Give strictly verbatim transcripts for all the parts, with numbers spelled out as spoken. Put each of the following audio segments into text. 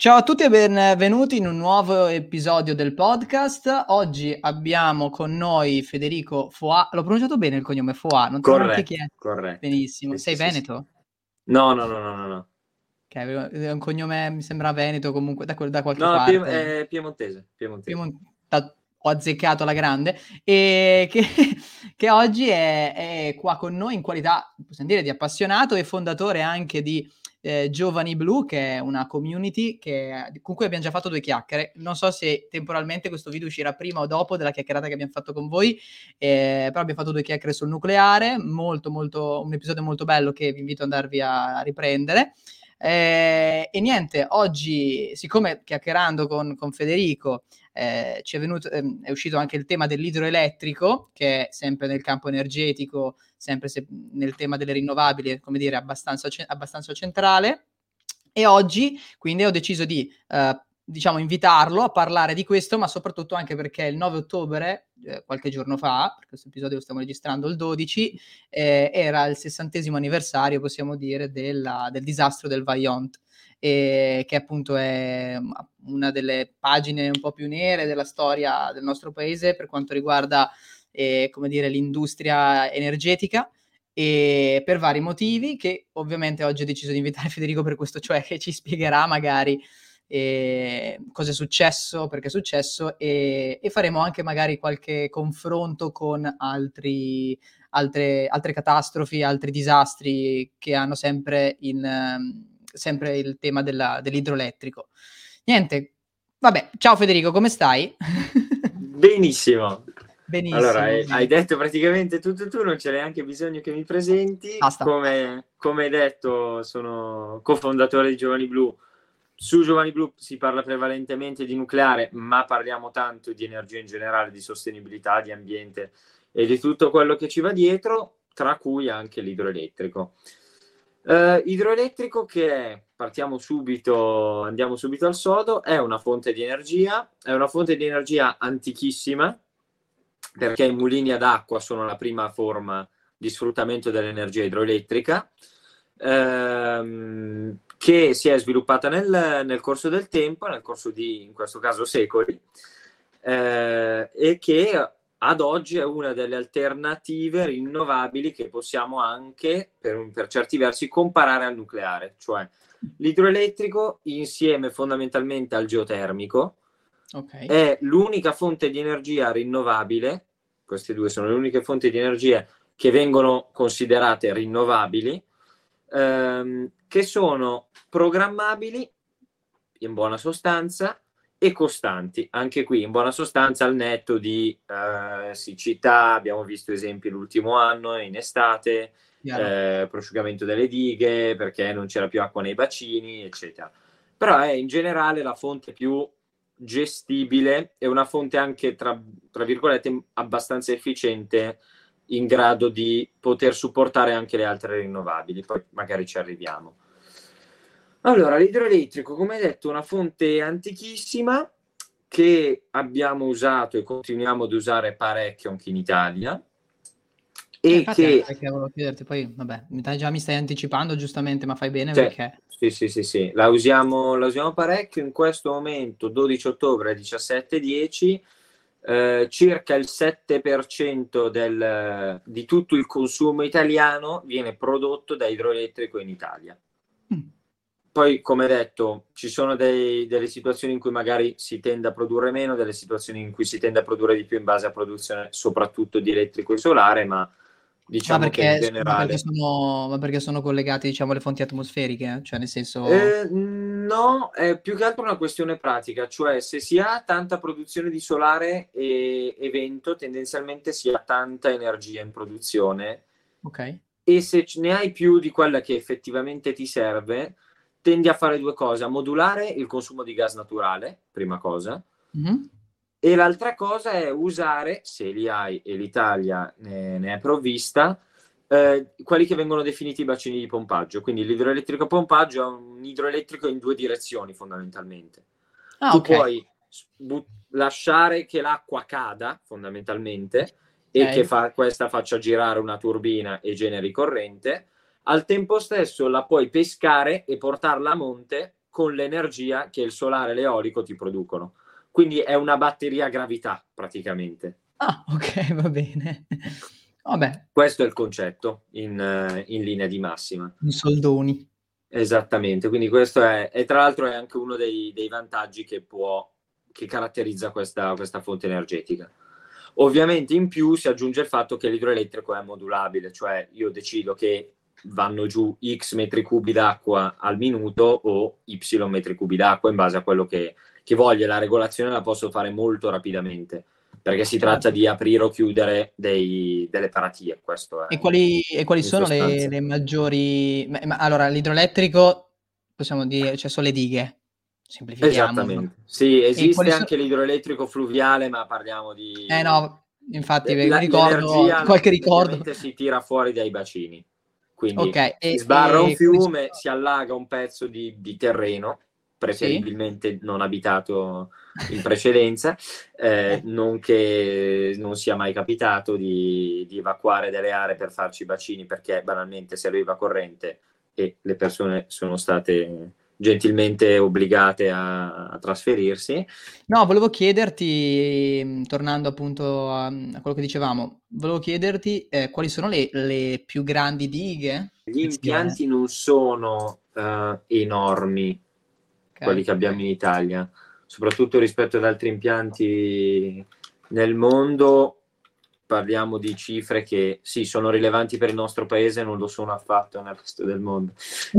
Ciao a tutti e benvenuti in un nuovo episodio del podcast. Oggi abbiamo con noi Federico Foà. L'ho pronunciato bene il cognome Foà, non te l'ho neanche Corretto, chiesto. corretto. Benissimo. Sì, sì, Sei sì, sì. veneto? No, no, no, no, no, no. Ok, è un cognome, mi sembra veneto comunque, da, quel- da qualche No, Pie- parte. è piemontese, piemontese. Piemont- da- Ho azzeccato alla grande. E che, che oggi è, è qua con noi in qualità, possiamo dire, di appassionato e fondatore anche di eh, Giovani Blu, che è una community che, con cui abbiamo già fatto due chiacchiere. Non so se temporalmente questo video uscirà prima o dopo della chiacchierata che abbiamo fatto con voi, eh, però abbiamo fatto due chiacchiere sul nucleare, molto molto, un episodio molto bello che vi invito ad andarvi a, a riprendere. Eh, e niente, oggi, siccome chiacchierando con, con Federico eh, ci è venuto, ehm, è uscito anche il tema dell'idroelettrico, che è sempre nel campo energetico, sempre se, nel tema delle rinnovabili, è, come dire, abbastanza, abbastanza centrale. E oggi quindi ho deciso di eh, diciamo invitarlo a parlare di questo, ma soprattutto anche perché il nove ottobre, eh, qualche giorno fa, perché questo episodio lo stiamo registrando il dodici, eh, era il sessantesimo anniversario, possiamo dire, della, del disastro del Vajont, e che appunto è una delle pagine un po' più nere della storia del nostro paese per quanto riguarda eh, come dire, l'industria energetica, e per vari motivi che ovviamente oggi ho deciso di invitare Federico per questo, cioè che ci spiegherà magari eh, cosa è successo, perché è successo, e, e faremo anche magari qualche confronto con altri, altre, altre catastrofi, altri disastri che hanno sempre, in, um, sempre il tema della, dell'idroelettrico. Niente, vabbè, ciao Federico, come stai? Benissimo. Allora, Benissimo, hai, hai bene. detto praticamente tutto tu, non c'è neanche bisogno che mi presenti. Basta. Come, come hai detto, sono cofondatore di Giovani Blu. Su Giovani Blu si parla prevalentemente di nucleare, ma parliamo tanto di energia in generale, di sostenibilità, di ambiente e di tutto quello che ci va dietro, tra cui anche l'idroelettrico. Uh, idroelettrico che è, partiamo subito, andiamo subito al sodo, è una fonte di energia, è una fonte di energia antichissima, perché i mulini ad acqua sono la prima forma di sfruttamento dell'energia idroelettrica, ehm, che si è sviluppata nel, nel corso del tempo, nel corso di, in questo caso, secoli, eh, e che ad oggi è una delle alternative rinnovabili che possiamo anche, per, per certi versi, comparare al nucleare, cioè l'idroelettrico insieme fondamentalmente al geotermico. Ok. È l'unica fonte di energia rinnovabile, queste due sono le uniche fonti di energia che vengono considerate rinnovabili, ehm, che sono programmabili in buona sostanza e costanti, anche qui in buona sostanza al netto di eh, siccità, abbiamo visto esempi l'ultimo anno in estate, eh, prosciugamento delle dighe perché non c'era più acqua nei bacini, eccetera. Però è in generale la fonte più gestibile e una fonte anche tra, tra virgolette abbastanza efficiente, in grado di poter supportare anche le altre rinnovabili, poi magari ci arriviamo. Allora, l'idroelettrico, come hai detto, è una fonte antichissima che abbiamo usato e continuiamo ad usare parecchio anche in Italia. Eh, E infatti che... anche perché volevo chiederti, poi vabbè, mi dai- già mi stai anticipando giustamente, ma fai bene Cioè, perché... sì, sì, sì, sì, la usiamo, la usiamo parecchio in questo momento, dodici ottobre diciassette dieci, eh, circa il sette per cento del, di tutto il consumo italiano viene prodotto da idroelettrico in Italia. Mm. Poi, come detto, ci sono dei, delle situazioni in cui magari si tende a produrre meno, delle situazioni in cui si tende a produrre di più in base a produzione soprattutto di elettrico e solare, ma Ma diciamo che in perché, ma perché generale... sono, ma perché sono collegati, diciamo, alle fonti atmosferiche? Cioè, nel senso... Eh, no, è più che altro una questione pratica, cioè se si ha tanta produzione di solare e, e vento, tendenzialmente si ha tanta energia in produzione, Ok. e se ne hai più di quella che effettivamente ti serve, tendi a fare due cose: a modulare il consumo di gas naturale, prima cosa, Mhm. e l'altra cosa è usare, se li hai e l'Italia ne, ne è provvista, eh, quelli che vengono definiti i bacini di pompaggio. Quindi l'idroelettrico a pompaggio è un idroelettrico in due direzioni fondamentalmente. Ah, Tu ok. puoi but- lasciare che l'acqua cada fondamentalmente e che Ok. fa- questa faccia girare una turbina e generi corrente. Al tempo stesso la puoi pescare e portarla a monte con l'energia che il solare e l'eolico ti producono. Quindi è una batteria a gravità praticamente. Ah, ok, va bene. Vabbè. Questo è il concetto in, in linea di massima. In soldoni. Esattamente, quindi questo è, e tra l'altro è anche uno dei, dei vantaggi che può, che caratterizza questa, questa fonte energetica. Ovviamente in più si aggiunge il fatto che l'idroelettrico è modulabile, cioè io decido che vanno giù X metri cubi d'acqua al minuto o Y metri cubi d'acqua in base a quello che, che voglio. La regolazione la posso fare molto rapidamente, perché si tratta di aprire o chiudere dei, delle paratie. Questo è, e quali, e quali sono le, le maggiori... Ma, ma, allora, l'idroelettrico, possiamo dire, cioè sono le dighe, semplifichiamo. Esattamente, sì, esiste sono... anche l'idroelettrico fluviale, ma parliamo di... Eh no, infatti, La, mi ricordo, qualche ricordo. si tira fuori dai bacini, quindi okay, si e, sbarra un e fiume, si allaga un pezzo di, di terreno, preferibilmente sì? non abitato in precedenza, eh, non che non sia mai capitato di, di evacuare delle aree per farci i bacini, perché banalmente serviva corrente e le persone sono state gentilmente obbligate a, a trasferirsi. No, volevo chiederti, tornando appunto a, a quello che dicevamo, volevo chiederti eh, quali sono le, le più grandi dighe? Gli impianti non sono uh, enormi, okay, quelli che abbiamo in Italia, soprattutto rispetto ad altri impianti nel mondo. Parliamo di cifre che sì, sono rilevanti per il nostro paese, non lo sono affatto nel resto del mondo.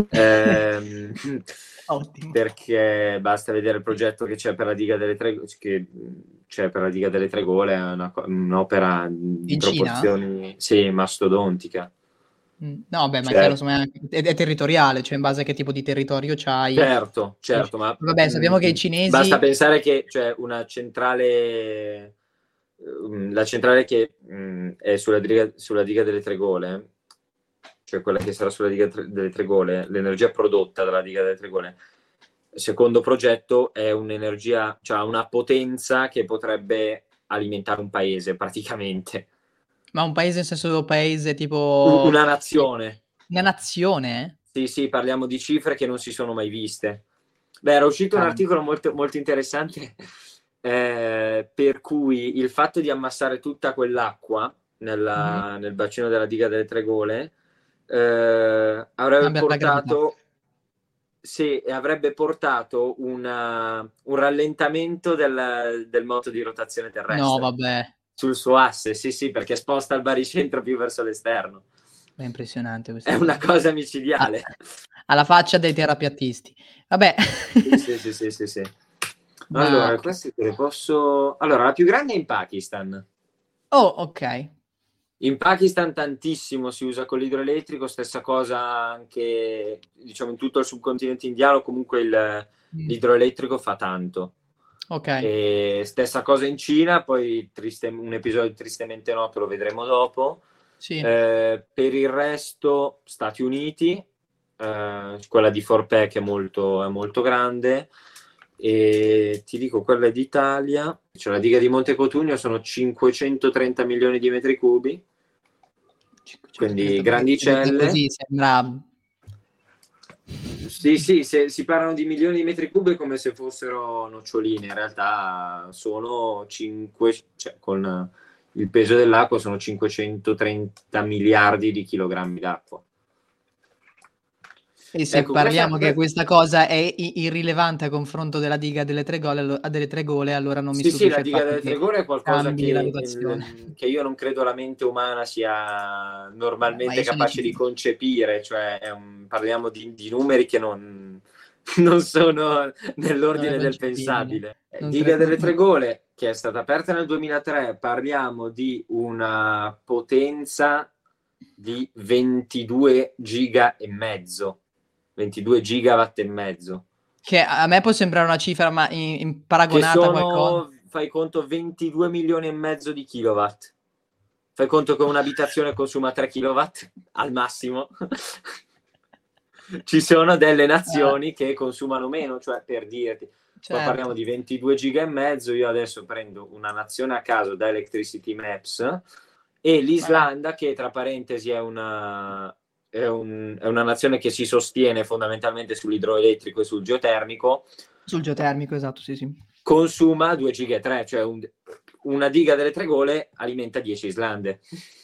eh, Ottimo. Perché basta vedere il progetto che c'è per la diga delle tre, che c'è per la diga delle Tre Gole, è una, un'opera di in proporzioni Cina? sì, mastodontica. No, beh, ma cioè, è chiaro, insomma, è, è territoriale, cioè in base a che tipo di territorio c'hai. Certo, certo, ma vabbè, sappiamo che i cinesi... Basta pensare che c'è una centrale, la centrale che mh, è sulla diga, sulla diga delle Tre Gole, cioè quella che sarà sulla diga delle Tre Gole, l'energia prodotta dalla diga delle Tre Gole, secondo progetto è un'energia, cioè una potenza che potrebbe alimentare un paese praticamente. Ma un paese in senso paese tipo... Una nazione. Una nazione? Sì, sì, parliamo di cifre che non si sono mai viste. Beh, era uscito ah. un articolo molto, molto interessante eh, per cui il fatto di ammassare tutta quell'acqua nella, mm. nel bacino della diga delle Tre Gole eh, avrebbe portato... Sì, avrebbe portato una, un rallentamento del, del moto di rotazione terrestre. No, vabbè. Sul suo asse, sì, sì, perché sposta il baricentro più verso l'esterno. È impressionante questo. È una cosa micidiale. Alla faccia dei terapiattisti. Vabbè. Sì, sì, sì, sì, sì, sì. Ma... Allora, queste te le posso... Allora, la più grande è in Pakistan. Oh, ok. In Pakistan tantissimo si usa con l'idroelettrico, stessa cosa anche, diciamo, in tutto il subcontinente indiano, comunque il, mm. l'idroelettrico fa tanto. Ok. E stessa cosa in Cina, poi triste, un episodio tristemente noto lo vedremo dopo. Sì. Eh, per il resto, Stati Uniti, eh, quella di Forpec è molto, è molto grande, e ti dico quella d'Italia, cioè la diga di Monte Cotugno sono cinquecentotrenta milioni di metri cubi, quindi grandicelle. Così sembra... Sì, sì, se si parlano di milioni di metri cubi come se fossero noccioline, in realtà sono cinque, cioè con il peso dell'acqua sono cinquecentotrenta miliardi di chilogrammi d'acqua. E se ecco, parliamo questa... che questa cosa è irrilevante a confronto della diga delle Tre Gole, delle Tre Gole, allora non mi sì, stupisce. Sì, la diga delle Tre Gole è qualcosa che, che, che io non credo la mente umana sia normalmente capace di concepire, cioè è un, parliamo di, di numeri che non, non sono nell'ordine non del pensabile. Non diga credo. Delle Tre Gole, che è stata aperta nel duemilatré, parliamo di una potenza di ventidue giga e mezzo. ventidue gigawatt e mezzo. Che a me può sembrare una cifra, ma in, in paragonata sono, a qualcosa... Fai conto, ventidue milioni e mezzo di kilowatt. Fai conto che un'abitazione consuma tre kilowatt al massimo. Ci sono delle nazioni eh. che consumano meno, cioè per dirti. Certo. Poi parliamo di ventidue giga e mezzo. Io adesso prendo una nazione a caso da Electricity Maps e l'Islanda, che tra parentesi è una... è, un, è una nazione che si sostiene fondamentalmente sull'idroelettrico e sul geotermico. Sul geotermico, esatto, sì, sì. Consuma due giga e tre, cioè un, una diga delle tre gole alimenta dieci Islande.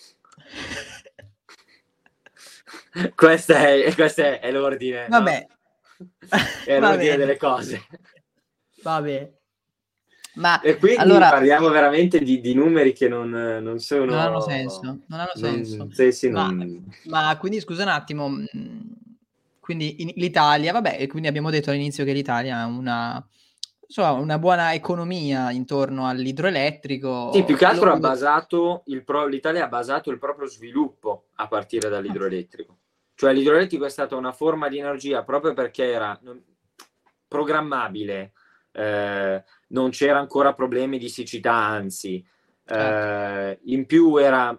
questo è, questo è, è l'ordine, Vabbè. no? È Va l'ordine bene. delle cose. Vabbè. Ma e quindi allora, parliamo veramente di, di numeri che non, non sono... non hanno senso, non hanno non, senso. sì, sì, ma, non... ma quindi scusa un attimo, quindi in, l'Italia, vabbè, e quindi abbiamo detto all'inizio che l'Italia ha una, insomma, una buona economia intorno all'idroelettrico. Sì, più che altro Lo, ha basato il pro, l'Italia ha basato il proprio sviluppo a partire dall'idroelettrico. Cioè l'idroelettrico è stata una forma di energia proprio perché era programmabile, eh, non c'era ancora problemi di siccità, anzi, certo. eh, in più era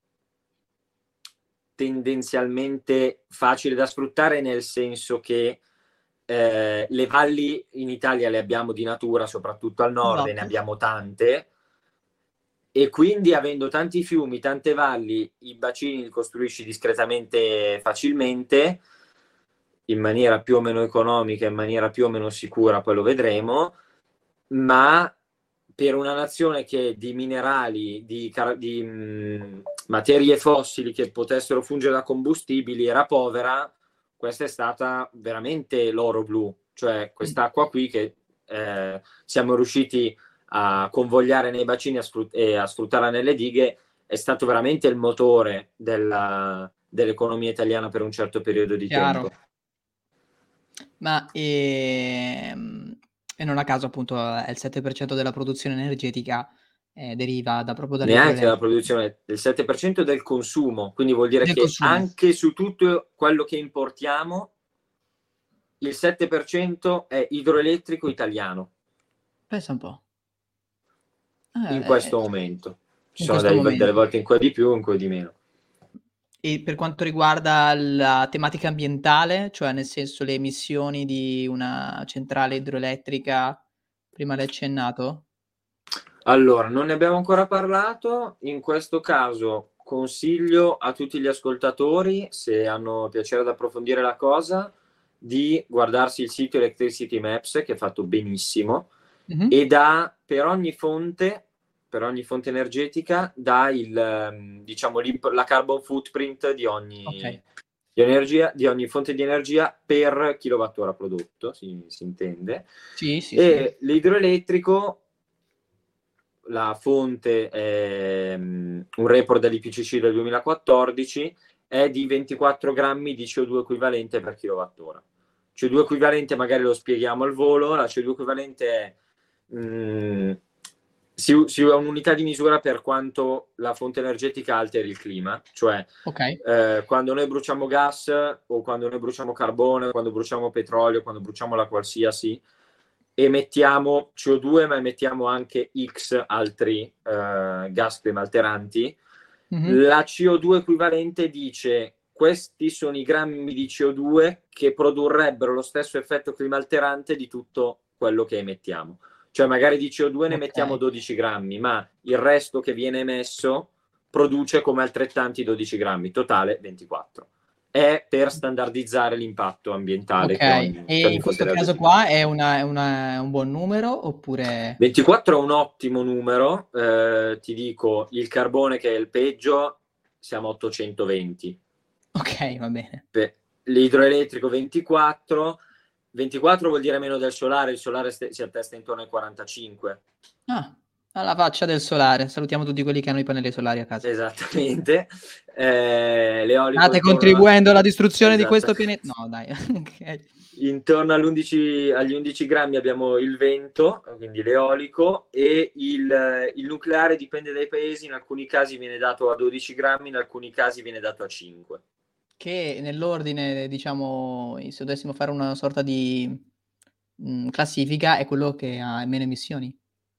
tendenzialmente facile da sfruttare, nel senso che eh, le valli in Italia le abbiamo di natura, soprattutto al nord, Esatto. e ne abbiamo tante, e quindi avendo tanti fiumi, tante valli, i bacini li costruisci discretamente facilmente, in maniera più o meno economica, in maniera più o meno sicura, poi lo vedremo, ma per una nazione che di minerali, di, di mh, materie fossili che potessero fungere da combustibili era povera, questa è stata veramente l'oro blu, cioè quest'acqua qui che eh, siamo riusciti a convogliare nei bacini a sfrut- e a sfruttarla nelle dighe, è stato veramente il motore della, dell'economia italiana per un certo periodo di Chiaro. tempo. Ma ehm, e non a caso appunto il sette per cento della produzione energetica eh, deriva da proprio Neanche la dall'idroelettrico. produzione, del sette per cento del consumo, quindi vuol dire Del che consumo. anche su tutto quello che importiamo il sette per cento è idroelettrico italiano. Pensa un po'. In Eh, questo eh, momento. Ci in sono questo dei, delle momento. volte in cui è di più, in cui è di meno. E per quanto riguarda la tematica ambientale, cioè nel senso le emissioni di una centrale idroelettrica, prima l'hai accennato? Allora, non ne abbiamo ancora parlato, in questo caso consiglio a tutti gli ascoltatori, se hanno piacere ad approfondire la cosa, di guardarsi il sito Electricity Maps, che è fatto benissimo, Mm-hmm. e dà per ogni fonte, per ogni fonte energetica, dà il, diciamo, la carbon footprint di ogni, Okay. di, energia, di ogni fonte di energia per kilowattora prodotto, si, si intende. Sì, sì, E sì. l'idroelettrico, la fonte è um, un report dell'I P C C del duemilaquattordici, è di ventiquattro grammi di C O due equivalente per kilowattora. C O due equivalente magari lo spieghiamo al volo, la C O due equivalente è mh, si, si usa un'unità di misura per quanto la fonte energetica alteri il clima, cioè Okay. eh, quando noi bruciamo gas o quando noi bruciamo carbone, quando bruciamo petrolio, quando bruciamo la qualsiasi, emettiamo C O due, ma emettiamo anche X altri eh, gas climalteranti. Mm-hmm. La C O due equivalente dice: questi sono i grammi di C O due che produrrebbero lo stesso effetto climalterante di tutto quello che emettiamo. Cioè magari di C O due ne Okay. emettiamo dodici grammi, ma il resto che viene emesso produce come altrettanti dodici grammi, totale ventiquattro. È per standardizzare l'impatto ambientale che Okay. ogni, che E ogni in fonte questo caso energetica. qua è una è una è un buon numero oppure ventiquattro è un ottimo numero, eh, ti dico, il carbone che è il peggio siamo a ottocentoventi. Okay, va bene. Beh, l'idroelettrico ventiquattro, ventiquattro vuol dire meno del solare, il solare st- si attesta intorno ai quarantacinque. Ah, alla faccia del solare. Salutiamo tutti quelli che hanno i pannelli solari a casa. Esattamente. Eh, l'eolico State intorno a... contribuendo alla distruzione di Esatto. questo pianeta. No, dai. Okay. Intorno all'undici, agli undici grammi abbiamo il vento, quindi l'eolico, e il, il nucleare dipende dai paesi, in alcuni casi viene dato a dodici grammi, in alcuni casi viene dato a cinque. Che nell'ordine, diciamo, se dovessimo fare una sorta di mh, classifica, è quello che ha meno emissioni.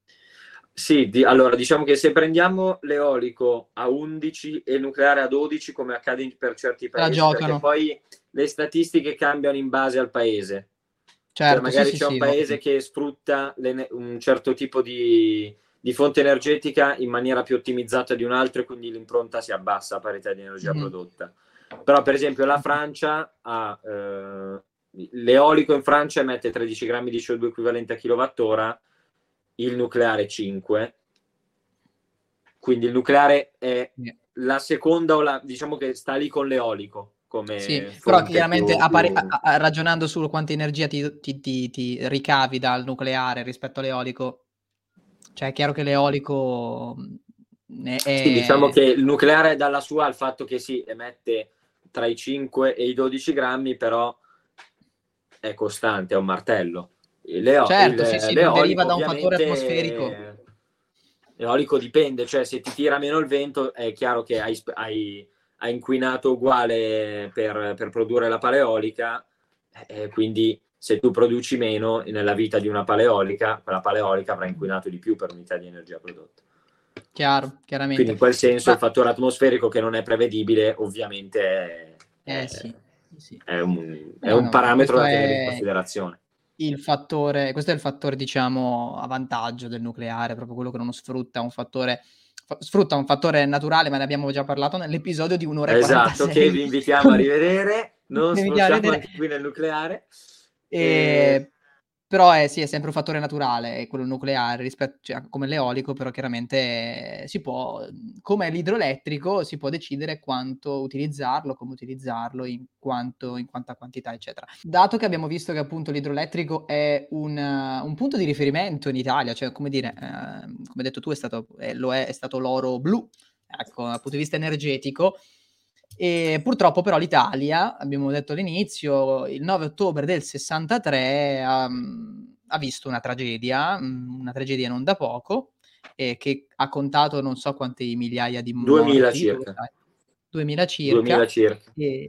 Sì, di, allora diciamo che se prendiamo l'eolico a undici e il nucleare a dodici, come accade per certi Se la paesi, perché giocano. poi le statistiche cambiano in base al paese. Cioè Certo, sì, magari sì, c'è un sì, paese ovvio. che sfrutta le, un certo tipo di, di fonte energetica in maniera più ottimizzata di un altro, e quindi l'impronta si abbassa a parità di energia Mh-mh. prodotta. Però per esempio la Francia ha eh, l'eolico in Francia emette tredici grammi di C O due equivalente a kilowattora, il nucleare cinque, quindi il nucleare è la seconda, o la, diciamo che sta lì con l'eolico come sì, però fonte chiaramente più, a pari, più... a, a, ragionando su quanta energia ti, ti, ti, ti ricavi dal nucleare rispetto all'eolico, cioè è chiaro che l'eolico è, è... Sì, diciamo che il nucleare dalla sua al fatto che si emette tra i cinque e i dodici grammi, però è costante, è un martello. L'eo- certo, il, sì, sì, ma deriva l'eolico da un fattore ovviamente, atmosferico. l'eolico dipende, cioè se ti tira meno il vento è chiaro che hai, hai, hai inquinato uguale per, per produrre la paleolica, eh, quindi se tu produci meno nella vita di una paleolica, quella paleolica avrà inquinato di più per unità di energia prodotta. Chiaro, chiaramente. Quindi in quel senso Ma... il fattore atmosferico, che non è prevedibile, ovviamente è, eh è, sì, sì. è, un, è No, un no, ma parametro questo da tenere in è considerazione. il fattore, questo è il fattore, diciamo, a vantaggio del nucleare, proprio quello che non sfrutta un fattore, fa, sfrutta un fattore naturale, ma ne abbiamo già parlato nell'episodio di un'ora e Esatto, che vi quarantasei. invitiamo a Con... rivedere, non vi invitiamo a sfruttiamo vedere. anche qui nel nucleare. E... E... Però è, sì, è sempre un fattore naturale, è quello nucleare, rispetto, cioè, come l'eolico, però chiaramente si può, come l'idroelettrico, si può decidere quanto utilizzarlo, come utilizzarlo, in quanto, in quanta quantità, eccetera. Dato che abbiamo visto che appunto l'idroelettrico è un, uh, un punto di riferimento in Italia, cioè come dire, eh, come hai detto tu, è stato, eh, lo è, è stato l'oro blu, ecco, dal punto di vista energetico. E purtroppo però l'Italia, abbiamo detto all'inizio, il nove ottobre del sessantatré um, ha visto una tragedia, um, una tragedia non da poco, eh, che ha contato non so quante migliaia di duemila morti, tu lo circa. sai, duemila duemila circa, circa. e,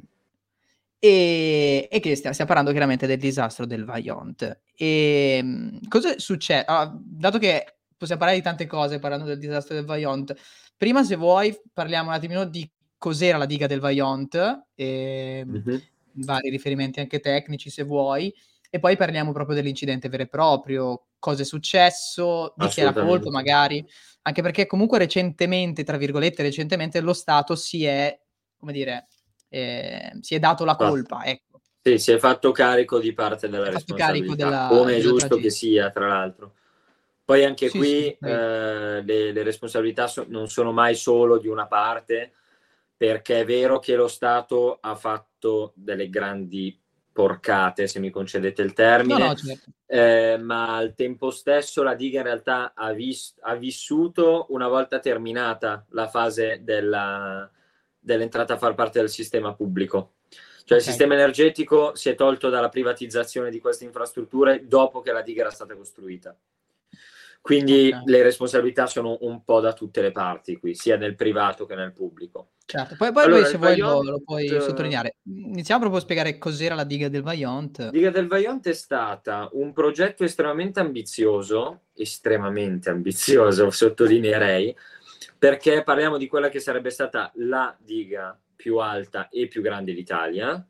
e, e che stiamo, stiamo parlando chiaramente del disastro del Vajont. E um, cosa succede? Ah, dato che possiamo parlare di tante cose parlando del disastro del Vajont, prima se vuoi parliamo un attimino di cos'era la diga del Vajont, e Mm-hmm. vari riferimenti anche tecnici se vuoi, e poi parliamo proprio dell'incidente vero e proprio, cosa è successo, di chi è la colpa Assolutamente. magari, anche perché comunque recentemente, tra virgolette, recentemente lo Stato si è, come dire, eh, si è dato la colpa, ecco. Sì, si è fatto carico di parte Si della è fatto carico responsabilità, della, come è della giusto che tragedia. sia, tra l'altro. Poi anche Sì, qui sì, poi... eh, le, le responsabilità so- non sono mai solo di una parte, perché è vero che lo Stato ha fatto delle grandi porcate, se mi concedete il No, termine, no, certo. eh, ma al tempo stesso la diga in realtà ha, vis- ha vissuto, una volta terminata la fase della, dell'entrata a far parte del sistema pubblico. Cioè Okay. il sistema energetico si è tolto dalla privatizzazione di queste infrastrutture dopo che la diga era stata costruita. Quindi Okay. le responsabilità sono un po' da tutte le parti qui, sia nel privato che nel pubblico. Certo, poi poi poi Allora, se il vuoi lo Vajont, lo puoi sottolineare. Iniziamo proprio a spiegare cos'era la diga del Vajont. Diga del Vajont è stata un progetto estremamente ambizioso, estremamente ambizioso, sottolineerei, perché parliamo di quella che sarebbe stata la diga più alta e più grande d'Italia.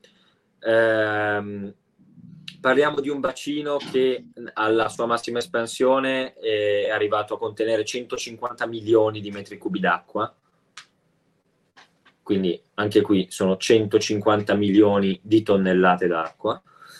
Ehm, parliamo di un bacino che alla sua massima espansione è arrivato a contenere centocinquanta milioni di metri cubi d'acqua. Quindi anche qui sono centocinquanta milioni di tonnellate d'acqua.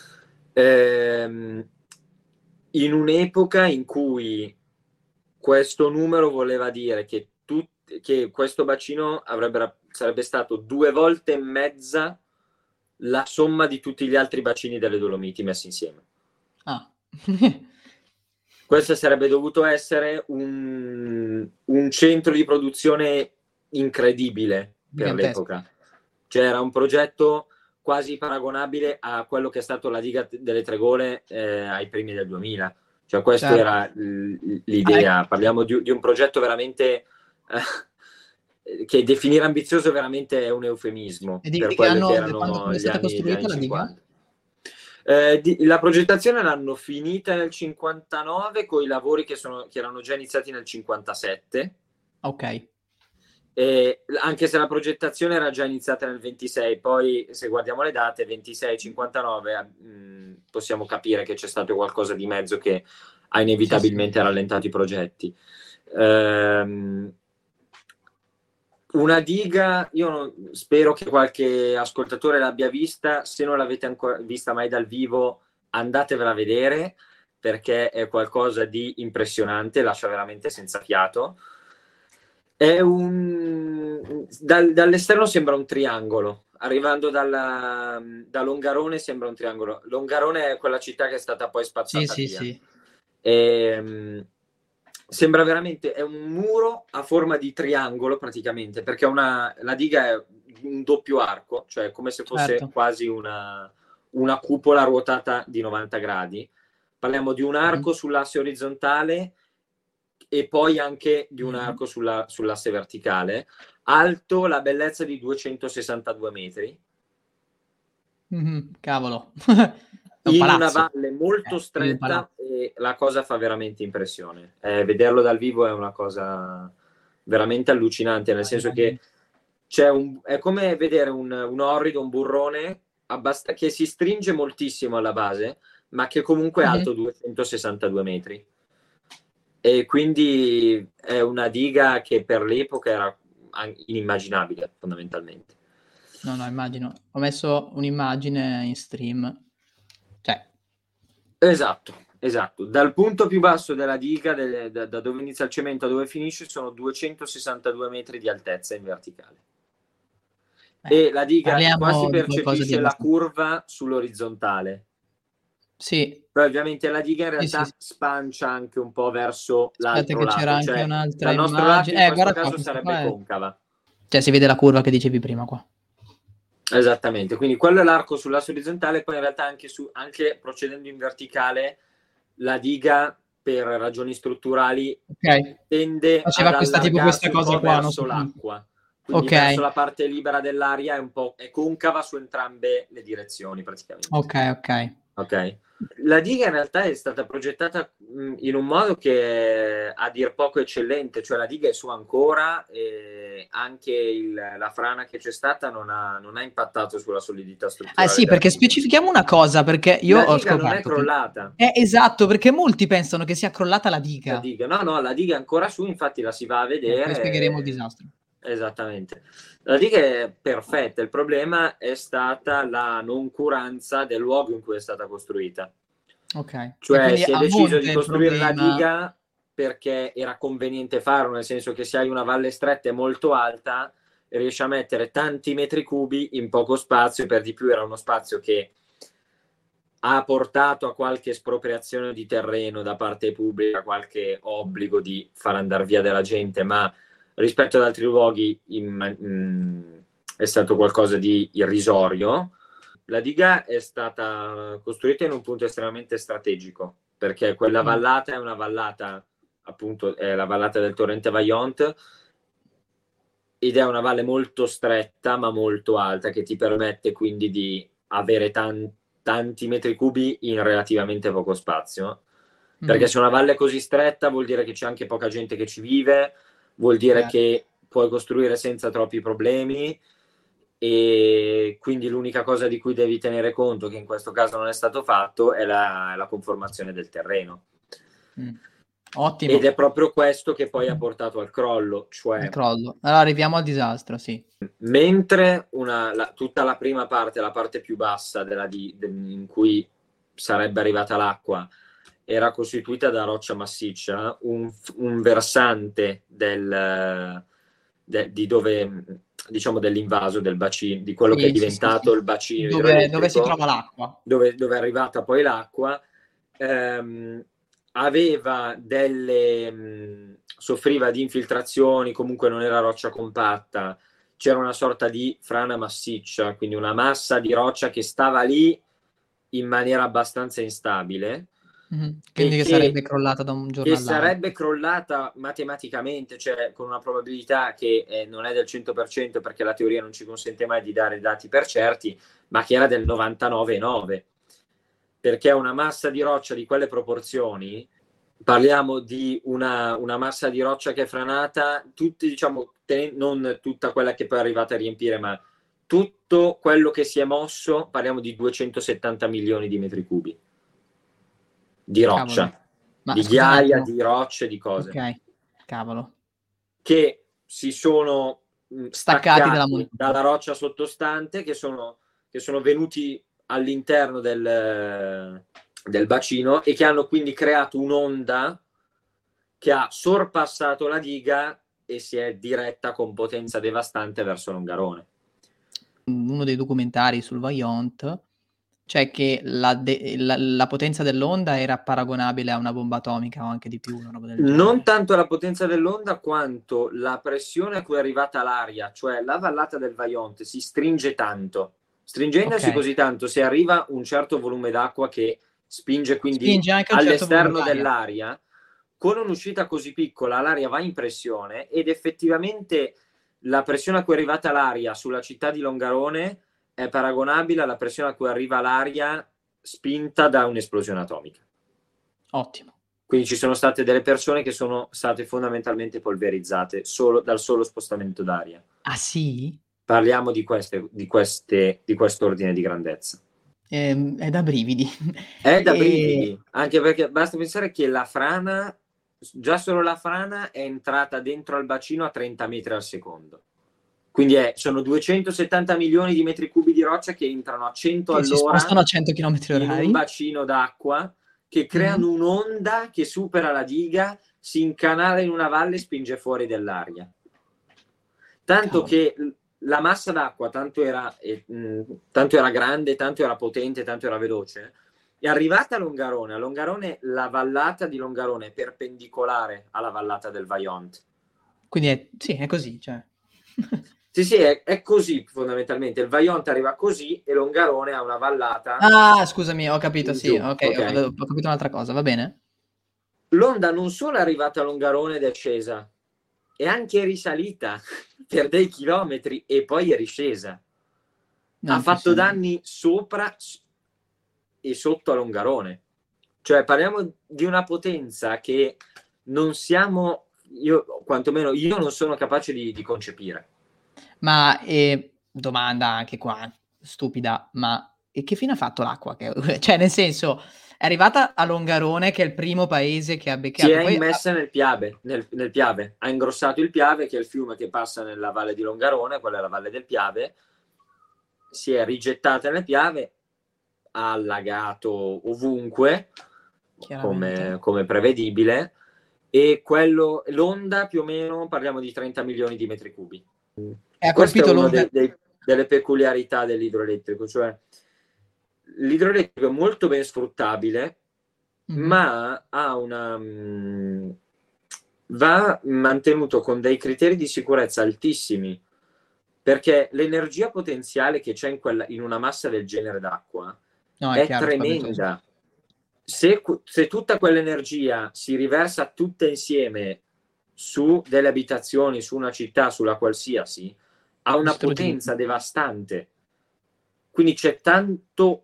Ehm, in un'epoca in cui questo numero voleva dire che, tut- che questo bacino avrebbe, sarebbe stato due volte e mezza la somma di tutti gli altri bacini delle Dolomiti messi insieme. Ah. Questo sarebbe dovuto essere un, un centro di produzione incredibile per Gigantesco. l'epoca. Cioè era un progetto quasi paragonabile a quello che è stato la diga delle Tre Gole eh, ai primi del duemila. Cioè questa Certo. era Ah, ecco. l'idea. Parliamo di, di un progetto veramente eh, che definire ambizioso veramente è un eufemismo E di per di che quelli che anno, da quando, erano quando è gli stata anni, gli costruita anni la diga? cinquanta. Eh, di, la progettazione l'hanno finita nel cinquantanove con i lavori che, sono, che erano già iniziati nel cinquantasette. Ok. E anche se la progettazione era già iniziata nel ventisei, poi se guardiamo le date ventisei cinquantanove mh, possiamo capire che c'è stato qualcosa di mezzo che ha inevitabilmente Sì, sì. rallentato i progetti. Ehm, Una diga, io non, spero che qualche ascoltatore l'abbia vista, se non l'avete ancora vista mai dal vivo, andatevela a vedere, perché è qualcosa di impressionante, lascia veramente senza fiato. È un... Dal, dall'esterno sembra un triangolo, arrivando dalla, da Longarone sembra un triangolo. Longarone è quella città che è stata poi spazzata Sì, sì, via. sì. E, sembra veramente, è un muro a forma di triangolo praticamente, perché una, la diga è un doppio arco, cioè come se fosse Certo. quasi una, una cupola ruotata di novanta gradi. Parliamo di un arco Mhm. sull'asse orizzontale e poi anche di un Mhm. arco sulla, sull'asse verticale, alto la bellezza di duecentosessantadue metri. Mhm. Cavolo. È un In una palazzo. valle molto Eh, più di un stretta, palazzo. e la cosa fa veramente impressione. Eh, vederlo dal vivo è una cosa veramente allucinante, nel Ah, senso immagino. che c'è un, è come vedere un, un orrido, un burrone abbast- che si stringe moltissimo alla base, ma che comunque è Mhm. alto duecentosessantadue metri. E quindi è una diga che per l'epoca era inimmaginabile, fondamentalmente. No, no, immagino. Ho messo un'immagine in stream. Cioè, Esatto, esatto. Dal punto più basso della diga, de- da, da dove inizia il cemento a dove finisce, sono duecentosessantadue metri di altezza in verticale. eh, E la diga quasi parliamo di qualcosa di percepisce la abbastanza. curva sull'orizzontale. Sì, Poi ovviamente la diga in sì, sì, realtà sì. spancia anche un po' verso Aspetta l'altro che c'era lato, anche cioè un'altra dal nostro lato in immagine. Eh, questo guarda qua, caso questa sarebbe qua è... concava. Cioè, si vede la curva che dicevi prima qua. Esattamente, quindi quello è l'arco sull'asse orizzontale, poi in realtà anche, su, anche procedendo in verticale la diga per ragioni strutturali Ok. tende ad Faceva questa tipo allargarsi questa un cosa po' qua, non verso so come. l'acqua, quindi Ok, verso la parte libera dell'aria è un po' è concava su entrambe le direzioni praticamente. ok, ok. Ok. La diga in realtà è stata progettata mh, in un modo che è a dir poco eccellente, cioè la diga è su ancora e anche il, la frana che c'è stata non ha, non ha impattato sulla solidità Ah strutturale sì, della perché diga. specifichiamo una cosa, perché io La ho diga non è scoperto che... crollata. Eh, esatto, perché molti pensano che sia crollata la La diga. diga, no, no, la diga è ancora su, infatti la si va a Ok, poi spiegheremo il vedere. disastro. Esattamente. La diga è perfetta, il problema è stata la noncuranza del luogo in cui è stata costruita. Ok, e Cioè quindi si è a deciso di monte il costruire la problema... diga perché era conveniente farlo, nel senso che se hai una valle stretta e molto alta, riesci a mettere tanti metri cubi in poco spazio, per di più era uno spazio che ha portato a qualche espropriazione di terreno da parte pubblica, qualche obbligo di far andare via della gente, ma rispetto ad altri luoghi in, in, è stato qualcosa di irrisorio. La diga è stata costruita in un punto estremamente strategico, perché quella Mm. vallata è una vallata, appunto, è la vallata del torrente Vaillant, ed è una valle molto stretta ma molto alta, che ti permette quindi di avere tan- tanti metri cubi in relativamente poco spazio. Perché Mm. se una valle è così stretta vuol dire che c'è anche poca gente che ci vive, vuol dire Certo. che puoi costruire senza troppi problemi, e quindi l'unica cosa di cui devi tenere conto, che in questo caso non è stato fatto, è la, la conformazione del terreno. Mm. Ed è Ottimo, proprio questo che poi ha portato al crollo, il cioè crollo. Allora arriviamo al disastro, sì. mentre una, la, tutta la prima parte, la parte più bassa della di, de, in cui sarebbe arrivata l'acqua, era costituita da roccia massiccia, un, un versante del, de, di dove, diciamo, dell'invaso, del bacino, di quello che è Sì, sì, sì, diventato sì. il bacino Dove, dove si idroelettrico, trova l'acqua? dove, dove è arrivata poi l'acqua, ehm, aveva delle mh, soffriva di infiltrazioni, comunque non era roccia compatta, c'era una sorta di frana massiccia, quindi una massa di roccia che stava lì in maniera abbastanza instabile Mhm. e Quindi che che, sarebbe crollata da un giorno che all'altro. sarebbe crollata matematicamente, cioè con una probabilità che eh, non è del cento per cento, perché la teoria non ci consente mai di dare dati per certi, ma che era del novantanove virgola nove per cento, perché una massa di roccia di quelle proporzioni, parliamo di una, una massa di roccia che è franata, tutti, diciamo, te, non tutta quella che poi è arrivata a riempire, ma tutto quello che si è mosso, parliamo di duecentosettanta milioni di metri cubi di Cavolo. roccia, Ma di scusa un ghiaia, attimo. di rocce, di cose Ok, cavolo. che si sono mh, Staccati dalla staccati montagna. dalla roccia sottostante, che sono, che sono venuti all'interno del, del bacino e che hanno quindi creato un'onda che ha sorpassato la diga e si è diretta con potenza devastante verso Longarone. Uno dei documentari sul Vajont, cioè che la de la la potenza dell'onda era paragonabile a una bomba atomica o anche di più, una roba del Non genere. tanto la potenza dell'onda quanto la pressione a cui è arrivata l'aria, cioè la vallata del Vajont si stringe tanto. Stringendosi Okay. così tanto, se arriva un certo volume d'acqua che spinge quindi Spinge anche un certo volume all'esterno d'aria. dell'aria, con un'uscita così piccola l'aria va in pressione ed effettivamente la pressione a cui è arrivata l'aria sulla città di Longarone è paragonabile alla pressione a cui arriva l'aria spinta da un'esplosione atomica. Ottimo. Quindi ci sono state delle persone che sono state fondamentalmente polverizzate solo dal solo spostamento d'aria. Ah sì? Parliamo di queste, di queste, di quest'ordine di grandezza. Ehm, è da brividi. È da E brividi, anche perché basta pensare che la frana, già solo la frana è entrata dentro al bacino a trenta metri al secondo. Quindi è, sono duecentosettanta milioni di metri cubi di roccia che entrano a cento che si all'ora spostano a cento chilometri in un orari. bacino d'acqua, che Mh-mh. creano un'onda che supera la diga, si incanala in una valle e spinge fuori dell'aria. Tanto Cavolo. che la massa d'acqua tanto era, eh, mh, tanto era grande, tanto era potente, tanto era veloce, è arrivata a Longarone. A Longarone la vallata di Longarone è perpendicolare alla vallata del Vajont. Quindi è sì, è così, cioè. Sì, sì, è, è così fondamentalmente. Il Vajont arriva così e Longarone ha una vallata Ah, scusami, ho capito, in sì, giù, okay, ho ok? ho capito un'altra cosa, va bene? L'onda non solo è arrivata a Longarone ed è scesa, è anche risalita per dei chilometri e poi è riscesa. No, Ha fatto impressionante. danni sopra e sotto a Longarone. Cioè parliamo di una potenza che non siamo, io quantomeno io non sono capace di, di concepire. Ma, ehm, domanda anche qua stupida, ma e che fine ha fatto l'acqua che cioè nel senso, è arrivata a Longarone che è il primo paese che ha Si beccato, è poi ha immessa nel Piave, nel, nel Piave, ha ingrossato il Piave, che è il fiume che passa nella valle di Longarone, quella è la valle del Piave, si è rigettata nel Piave, ha allagato ovunque, chiaramente. come, come prevedibile, e quello, l'onda più o meno parliamo di trenta milioni di metri cubi. E ha Questa è colpito una l'onda dei, dei, delle peculiarità dell'idroelettrico, cioè l'idroelettrico è molto ben sfruttabile, mh-mh. ma ha una, mh, va mantenuto con dei criteri di sicurezza altissimi, perché l'energia potenziale che c'è in, quella, in una massa del genere d'acqua No, è è chiaro, è spaventoso. tremenda. Se, se tutta quell'energia si riversa tutta insieme su delle abitazioni, su una città, sulla qualsiasi, ha una Distrugge potenza tutto. devastante. Quindi c'è tanto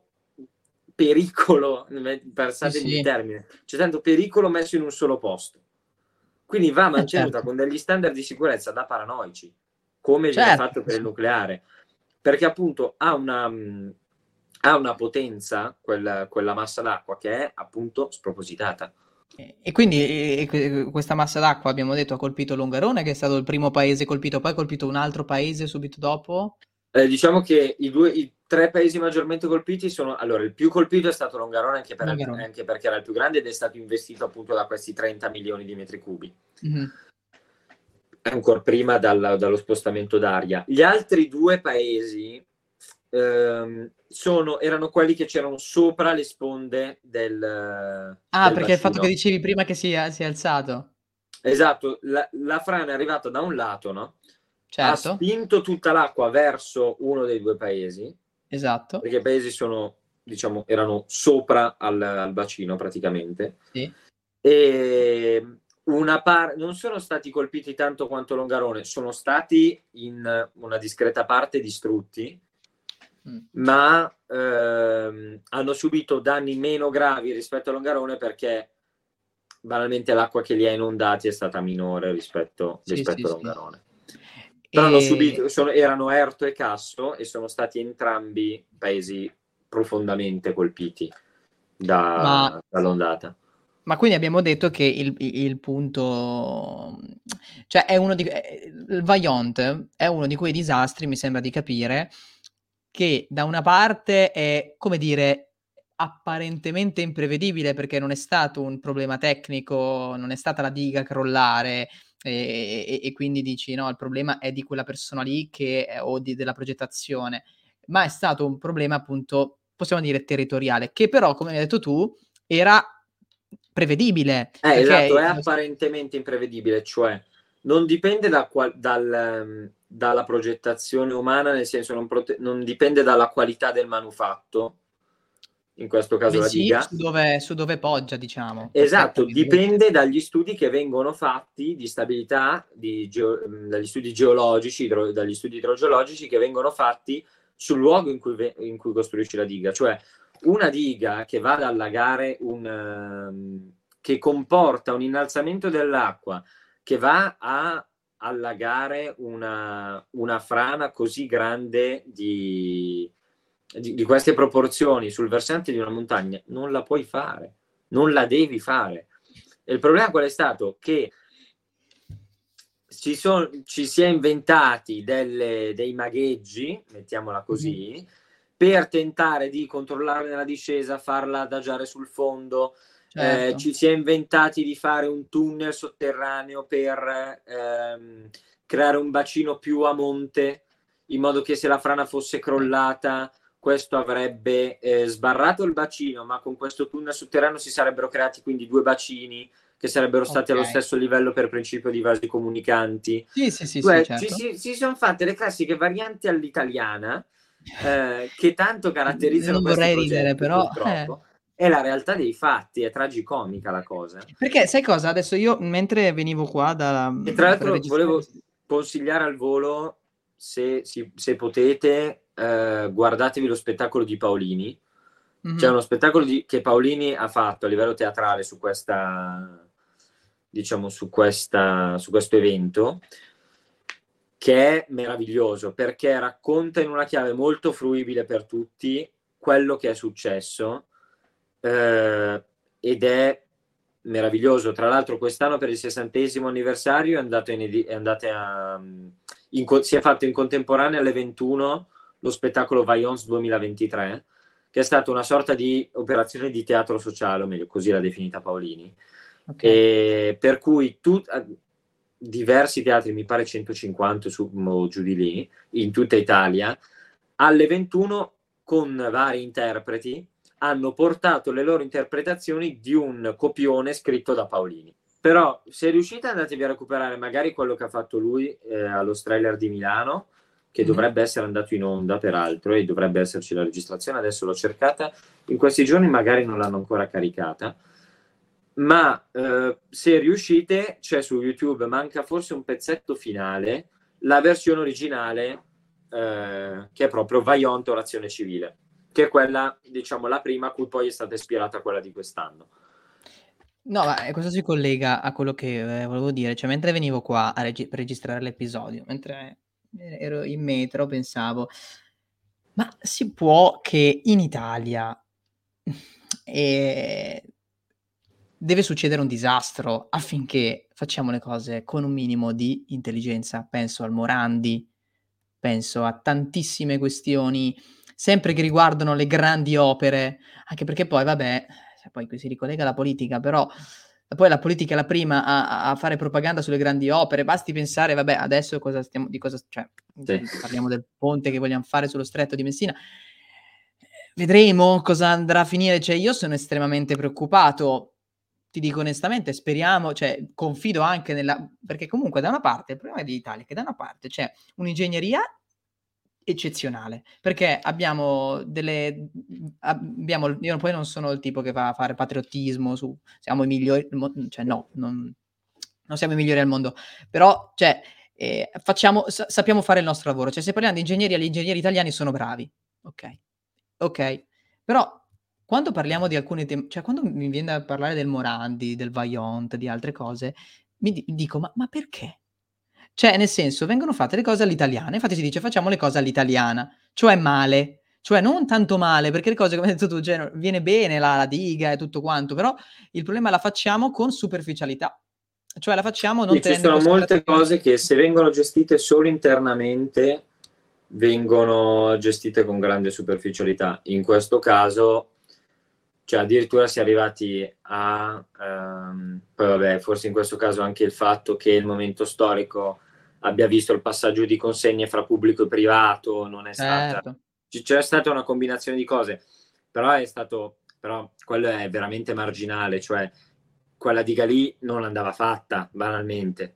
pericolo, Sì, passatemi il sì. termine, c'è tanto pericolo messo in un solo posto. Quindi va Eh mantenuta certo, con degli standard di sicurezza da paranoici, come viene certo, fatto sì, per il sì. nucleare, perché appunto ha una, mh, ha una potenza, quella, quella massa d'acqua, che è appunto spropositata. E e quindi, e que questa massa d'acqua abbiamo detto ha colpito Longarone che è stato il primo paese colpito, poi ha colpito un altro paese subito dopo? Eh, diciamo che i, due, i tre paesi maggiormente colpiti sono, allora, il più colpito è stato Longarone, anche, per, Longarone. anche perché era il più grande ed è stato investito appunto da questi trenta milioni di metri cubi, Mh-mh. ancora prima dal, dallo spostamento d'aria. Gli altri due paesi ehm, sono, erano quelli che c'erano sopra le sponde del, Ah, del perché il fatto che bacino. dicevi prima che si è si è alzato. Esatto, la, la frana è arrivata da un lato, no? Ha Certo, spinto tutta l'acqua verso uno dei due paesi, esatto, perché i paesi sono, diciamo, erano sopra al, al bacino praticamente, sì. e una par- non sono stati colpiti tanto quanto Longarone, sono stati in una discreta parte distrutti, Mh. ma ehm, hanno subito danni meno gravi rispetto a Longarone perché banalmente l'acqua che li ha inondati è stata minore rispetto, Sì, sì, rispetto a sì. Longarone. Però hanno E subito, sono, erano Erto e Casso e sono stati entrambi paesi profondamente colpiti ma da, dall'ondata. Ma quindi abbiamo detto che il i il punto cioè è uno di ehm, il Vajont è uno di quei disastri, mi sembra di capire, che da una parte è, come dire, apparentemente imprevedibile, perché non è stato un problema tecnico, non è stata la diga a crollare, e e e quindi dici: "No, il problema è di quella persona lì che ehm, o di della progettazione", ma è stato un problema appunto, possiamo dire territoriale, che però, come hai detto tu, era prevedibile, Eh, esatto, perché è apparentemente imprevedibile, cioè non dipende da qual dal mhmm, dalla progettazione umana, nel senso non prote non dipende dalla qualità del manufatto, in questo caso la bensì diga. su dove su dove poggia, diciamo, Esatto, perfettamente. dipende dagli studi che vengono fatti di stabilità, di geo mhmm, dagli studi geologici, idro dagli studi idrogeologici che vengono fatti sul luogo in cui ve in cui costruisci la diga. Cioè, una diga che va ad allagare un mhmm, che comporta un innalzamento dell'acqua, che va a allagare una una frana così grande di di di queste proporzioni sul versante di una montagna, non la puoi fare, non la devi fare. E il problema qual è stato? Che ci, son, ci si è inventati delle, dei magheggi, mettiamola Mh-mh. così, per tentare di controllarne la discesa, farla adagiare sul fondo. Eh, Certo. ci si è inventati di fare un tunnel sotterraneo per ehm, creare un bacino più a monte, in modo che se la frana fosse Sì. crollata, questo avrebbe eh, sbarrato il bacino, ma con questo tunnel sotterraneo si sarebbero creati quindi due bacini che sarebbero stati allo Okay. stesso livello per principio di vasi comunicanti. Sì, sì, sì, sì, Cioè, ci certo. si, si sono fatte le classiche varianti all'italiana eh, che tanto Io caratterizzano non questi vorrei ridere, progetti, però eh. purtroppo. È la realtà dei fatti, è tragicomica la cosa. Perché sai cosa? Adesso io mentre venivo qua da E tra mhmm, per l'altro registrare volevo ques consigliare al volo, se, si- se potete, eh, guardatevi lo spettacolo di Paolini. C'è mh-mh. uno spettacolo di- che Paolini ha fatto a livello teatrale su questa, diciamo, su questa, su questo evento, che è meraviglioso perché racconta in una chiave molto fruibile per tutti quello che è successo eh, ed è meraviglioso. Tra l'altro quest'anno per il sessantesimo anniversario è andato in edi- è andate a, in co- si è fatto in contemporanea alle ventuno lo spettacolo Vaillance duemilaventitré, che è stata una sorta di operazione di teatro sociale, o meglio così l'ha definita Paolini, Okay. e per cui tu, diversi teatri, mi pare centocinquanta su, o giù di lì, in tutta Italia, alle ventuno con vari interpreti hanno portato le loro interpretazioni di un copione scritto da Paolini. Però se riuscite andatevi a recuperare magari quello che ha fatto lui eh, allo Strailer di Milano, che Mh-mh. dovrebbe essere andato in onda peraltro e dovrebbe esserci la registrazione, adesso l'ho cercata, in questi giorni magari non l'hanno ancora caricata, ma eh, se riuscite c'è su YouTube, manca forse un pezzetto finale, la versione originale eh, che è proprio Vaillant Orazione Civile, che è quella, diciamo, la prima a cui poi è stata ispirata quella di quest'anno. No, ma, ehm, questo si collega a quello che, ehm, volevo dire, cioè mentre venivo qua a regi per registrare l'episodio, mentre e ero in metro pensavo: "Ma si può che in Italia, ehm, deve succedere un disastro affinché facciamo le cose con un minimo di intelligenza?" Penso al Morandi, penso a tantissime questioni, sempre che riguardano le grandi opere, anche perché poi vabbè, cioè poi qui si ricollega alla politica, però poi la politica è la prima a a a fare propaganda sulle grandi opere. Basti pensare, vabbè, adesso cosa stiamo di cosa cioè, Sì. mhmm, parliamo del ponte che vogliam fare sullo Stretto di Messina. Vedremo cosa andrà a finire, cioè io sono estremamente preoccupato. Ti dico onestamente, speriamo cioè confido anche nella perché comunque da una parte il problema dell'Italia è che da una parte c'è un'ingegneria eccezionale, perché abbiamo delle mhmm, abbiamo io poi non sono il tipo che va a fare patriottismo su siamo i migliori mo cioè no, non non siamo i migliori al mondo, però cioè, ehm, facciamo sa sappiamo fare il nostro lavoro. Cioè se parliamo di ingegneria, gli ingegneri italiani sono bravi, okay, okay. Però quando parliamo di alcune tem cioè quando mi vien da parlare del Morandi, del Vajont, di altre cose, mi di dico: "Ma ma perché?" Cioè, nel senso, vengono fatte le cose all'italiana, infatti si dice: "Facciamo le cose all'italiana", cioè male. Cioè non tanto male, perché le cose, come hai detto tu, cioè, viene bene la, la diga e tutto quanto, però il problema la facciamo con superficialità. Cioè la facciamo non Sì, ci tenendo in sono molte considerazione... cose che se vengono gestite solo internamente vengono gestite con grande superficialità. In questo caso, cioè addirittura si è arrivati a... Um, poi vabbè, forse in questo caso anche il fatto che il momento storico abbia visto il passaggio di consegne fra pubblico e privato, non è stata... Certo. C'è stata una combinazione di cose, però è stato... però quello è veramente marginale, cioè quella diga lì non andava fatta, banalmente.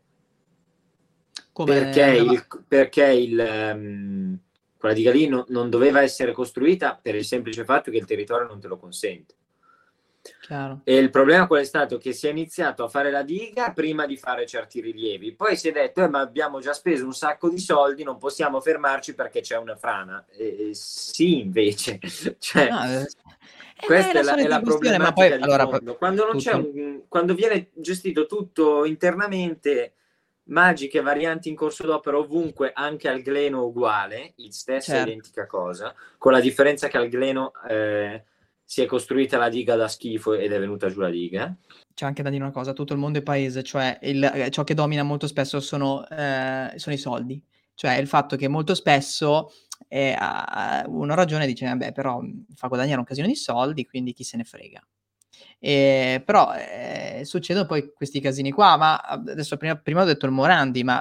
Come Perché andava... il, perché il, um, quella diga lì no, non doveva essere costruita per il semplice fatto che il territorio non te lo consente. Chiaro. E il problema qual è stato? Che si è iniziato a fare la diga prima di fare certi rilievi, poi si è detto eh, ma abbiamo già speso un sacco di soldi, non possiamo fermarci perché c'è una frana. E, e sì, invece, cioè, No, eh, è questa la è la, è solita la questione, ma poi problematica di allora poi, fondo. Quando, non c'è tutto... un, quando viene gestito tutto internamente, magiche varianti in corso d'opera ovunque, anche al Gleno uguale, stessa Certo. identica cosa, con la differenza che al Gleno eh, si è costruita la diga da schifo ed è venuta giù la diga. C'è anche da dire una cosa, tutto il mondo è paese, cioè il, eh, ciò che domina molto spesso sono, eh, sono i soldi. Cioè il fatto che molto spesso eh, ha- uno ha ragione e dice, vabbè, però mh, fa guadagnare un casino di soldi, quindi chi se ne frega. E, però eh, succedono poi questi casini qua, ma adesso prima, prima ho detto il Morandi, ma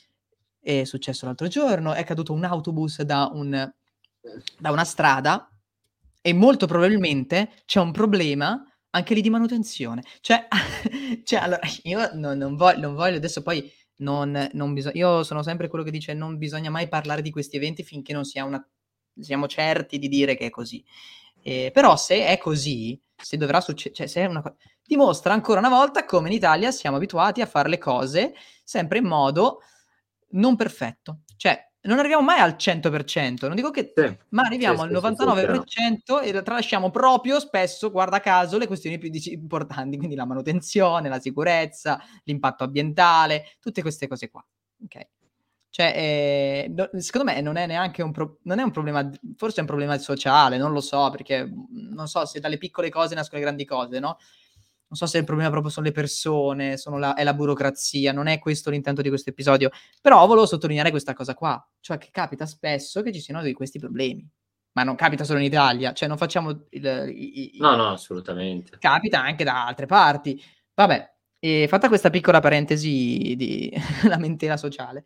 è successo l'altro giorno, è caduto un autobus da, un, da una strada e molto probabilmente c'è un problema anche lì di manutenzione. Cioè, cioè allora io non, non, voglio, non voglio adesso poi non, non bisogna, io sono sempre quello che dice non bisogna mai parlare di questi eventi finché non sia una, siamo certi di dire che è così. Eh, però se è così, se dovrà succedere, cioè se è una cosa, dimostra ancora una volta come in Italia siamo abituati a fare le cose sempre in modo non perfetto. Cioè, non arriviamo mai al cento per cento, non dico che, Sì, ma sì, arriviamo al sì, sì, sì, novantanove per cento e tralasciamo proprio spesso, guarda caso, le questioni più dic- importanti, quindi la manutenzione, la sicurezza, l'impatto ambientale, tutte queste cose qua. Ok? Cioè, eh, no, secondo me non è neanche un, pro- non è un problema, forse è un problema sociale, non lo so, perché mh, non so se dalle piccole cose nascono le grandi cose, no? Non so se il problema proprio sono le persone, sono la, è la burocrazia, non è questo l'intento di questo episodio, però volevo sottolineare questa cosa qua, cioè che capita spesso che ci siano di questi problemi, ma non capita solo in Italia, cioè non facciamo il, i, no, i, no, assolutamente. capita anche da altre parti. Vabbè, e fatta questa piccola parentesi di lamentela sociale,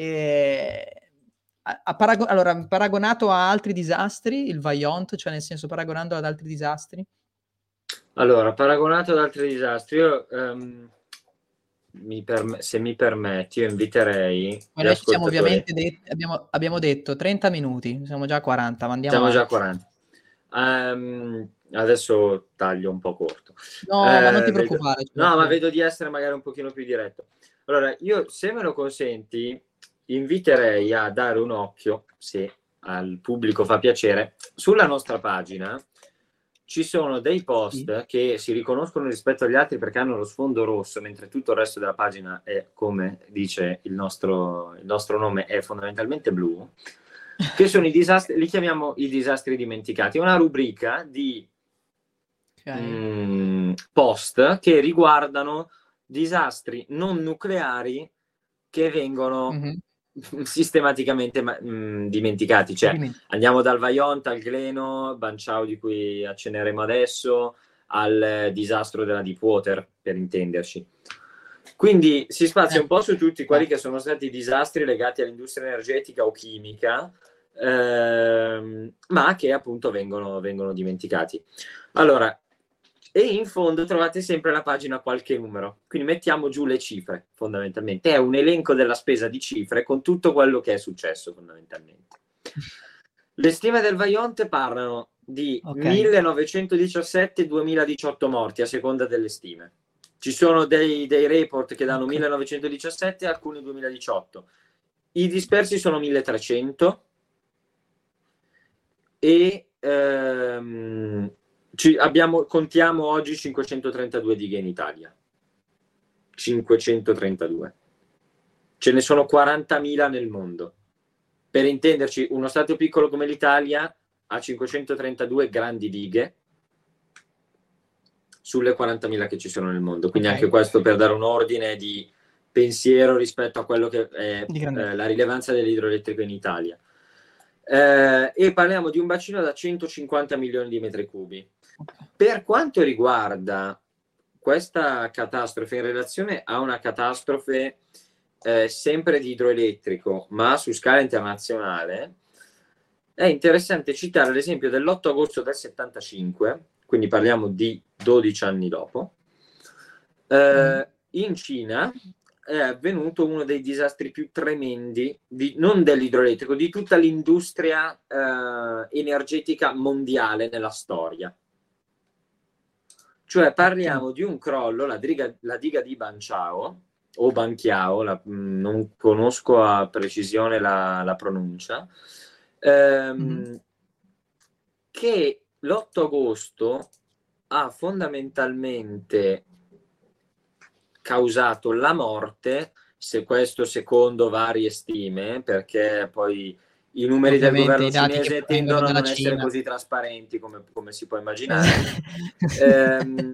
eh, a, a parago- allora, paragonato a altri disastri, il Vajont, cioè nel senso paragonandolo ad altri disastri? Allora, paragonato ad altri disastri, io, ehm, mi perm- se mi permetti, io inviterei Ma gli noi ci siamo ascoltatori. ovviamente detti, abbiamo, abbiamo detto trenta minuti, siamo già a quaranta, ma andiamo Siamo già a avanti. quaranta. Um, adesso taglio un po' corto. No, ma non ti Eh, vedo... preoccupare, ce la No, ma faremo. vedo di essere magari un pochino più diretto. Allora, io, se me lo consenti, inviterei a dare un occhio, se al pubblico fa piacere, sulla nostra pagina ci sono dei Sì. post che si riconoscono rispetto agli altri perché hanno lo sfondo rosso, mentre tutto il resto della pagina è, come dice il nostro, il nostro nome, è fondamentalmente blu, che sono i disastri, li chiamiamo i disastri dimenticati. È una rubrica di Ok. mh, post che riguardano disastri non nucleari che vengono Mhm. sistematicamente mh, dimenticati. Cioè, Dimmi. andiamo dal Vajont al Gleno, Banciao di cui accenneremo adesso, al disastro della Deepwater, per intenderci. Quindi si spazia Eh, un po' su tutti quelli beh, che sono stati disastri legati all'industria energetica o chimica, ehm, ma che appunto vengono, vengono dimenticati. Allora, e in fondo trovate sempre la pagina qualche numero, quindi mettiamo giù le cifre fondamentalmente, è un elenco della spesa di cifre con tutto quello che è successo fondamentalmente. Le stime del Vajont parlano di ok. millenovecentodiciassette duemiladiciotto morti a seconda delle stime. Ci sono dei, dei report che danno Ok. millenovecentodiciassette e alcuni duemiladiciotto. I dispersi sono milletrecento e ehm, ci abbiamo, contiamo oggi cinquecentotrentadue dighe in Italia. cinquecentotrentadue. Ce ne sono quarantamila nel mondo. Per intenderci, uno stato piccolo come l'Italia ha cinquecentotrentadue grandi dighe sulle quarantamila che ci sono nel mondo. Quindi okay, anche questo per dare un ordine di pensiero rispetto a quello che è eh, la rilevanza dell'idroelettrico in Italia. Eh, e parliamo di un bacino da centocinquanta milioni di metri cubi. Okay. Per quanto riguarda questa catastrofe in relazione a una catastrofe eh, sempre di idroelettrico, ma su scala internazionale, è interessante citare l'esempio dell'otto agosto del settantacinque, quindi parliamo di dodici anni dopo, eh, in Cina è avvenuto uno dei disastri più tremendi, di, non dell'idroelettrico, di tutta l'industria eh, energetica mondiale nella storia. Cioè parliamo di un crollo, la diga, la diga di Banqiao, o Banqiao, la, non conosco a precisione la, la pronuncia, ehm, mm-hmm. che l'otto agosto ha fondamentalmente causato la morte, se questo secondo varie stime, perché poi i numeri Ovviamente del governo cinese tendono a non Cina. essere così trasparenti come, come si può immaginare. ehm,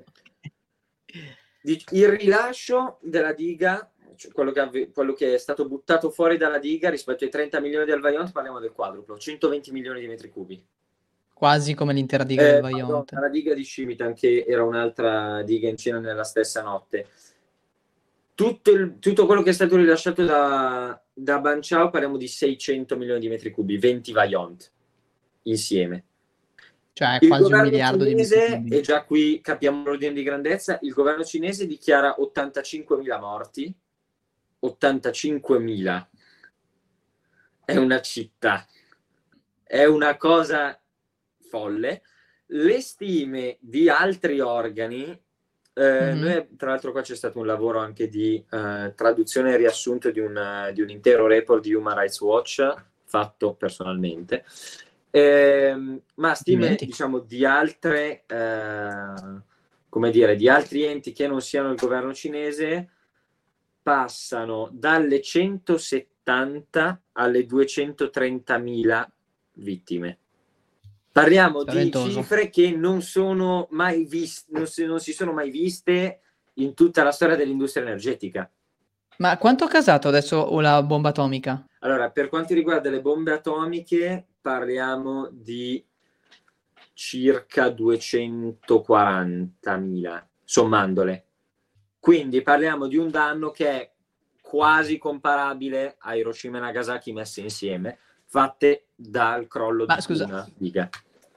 il rilascio della diga, cioè quello, che ave, quello che è stato buttato fuori dalla diga rispetto ai trenta milioni del Vajont, parliamo del quadruplo, centoventi milioni di metri cubi. Quasi come l'intera diga eh, del Vajont. La diga di Shimitan, che era un'altra diga in Cina nella stessa notte. Tutto, il, tutto quello che è stato rilasciato da, da Banqiao, parliamo di seicento milioni di metri cubi, venti Vajont insieme. Cioè il quasi un miliardo cinese, di metri cubi. E già qui capiamo l'ordine di grandezza, il governo cinese dichiara ottantacinquemila morti, ottantacinquemila. È una città, è una cosa folle. Le stime di altri organi, eh, mm-hmm. noi, tra l'altro qua c'è stato un lavoro anche di eh, traduzione e riassunto di un, di un intero report di Human Rights Watch, fatto personalmente, eh, ma stime diciamo di altre eh, come dire, di altri enti che non siano il governo cinese passano dalle centosettanta alle duecentotrentamila vittime. Parliamo Spaventoso. di cifre che non sono mai viste, non si, non si sono mai viste in tutta la storia dell'industria energetica. Ma quanto ha causato adesso la bomba atomica? Allora, per quanto riguarda le bombe atomiche, parliamo di circa duecentoquarantamila, sommandole. Quindi parliamo di un danno che è quasi comparabile a Hiroshima e Nagasaki messe insieme, fatte dal crollo Ma di scusa. una diga.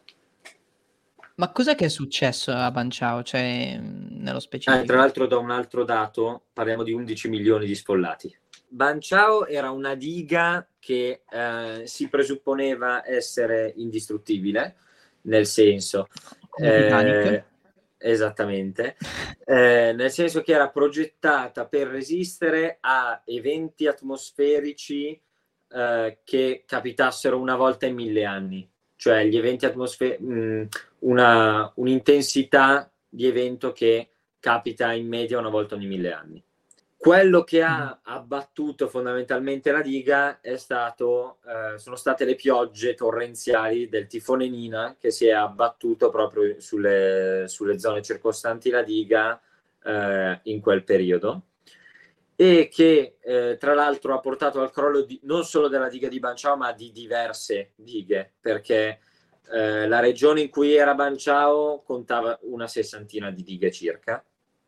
Ma cos'è che è successo a Banqiao, cioè nello specifico? Eh, tra l'altro da un altro dato, parliamo di undici milioni di sfollati. Banqiao era una diga che eh, si presupponeva essere indistruttibile, nel senso... Eh, esattamente, eh, nel senso che era progettata per resistere a eventi atmosferici eh, che capitassero una volta in mille anni. Cioè gli eventi atmosferici, una un'intensità di evento che capita in media una volta ogni mille anni. Quello che ha abbattuto fondamentalmente la diga è stato, eh, sono state le piogge torrenziali del tifone Nina, che si è abbattuto proprio sulle, sulle zone circostanti la diga eh, in quel periodo, e che eh, tra l'altro ha portato al crollo di, non solo della diga di Banqiao, ma di diverse dighe, perché eh, la regione in cui era Banqiao contava una sessantina di dighe circa,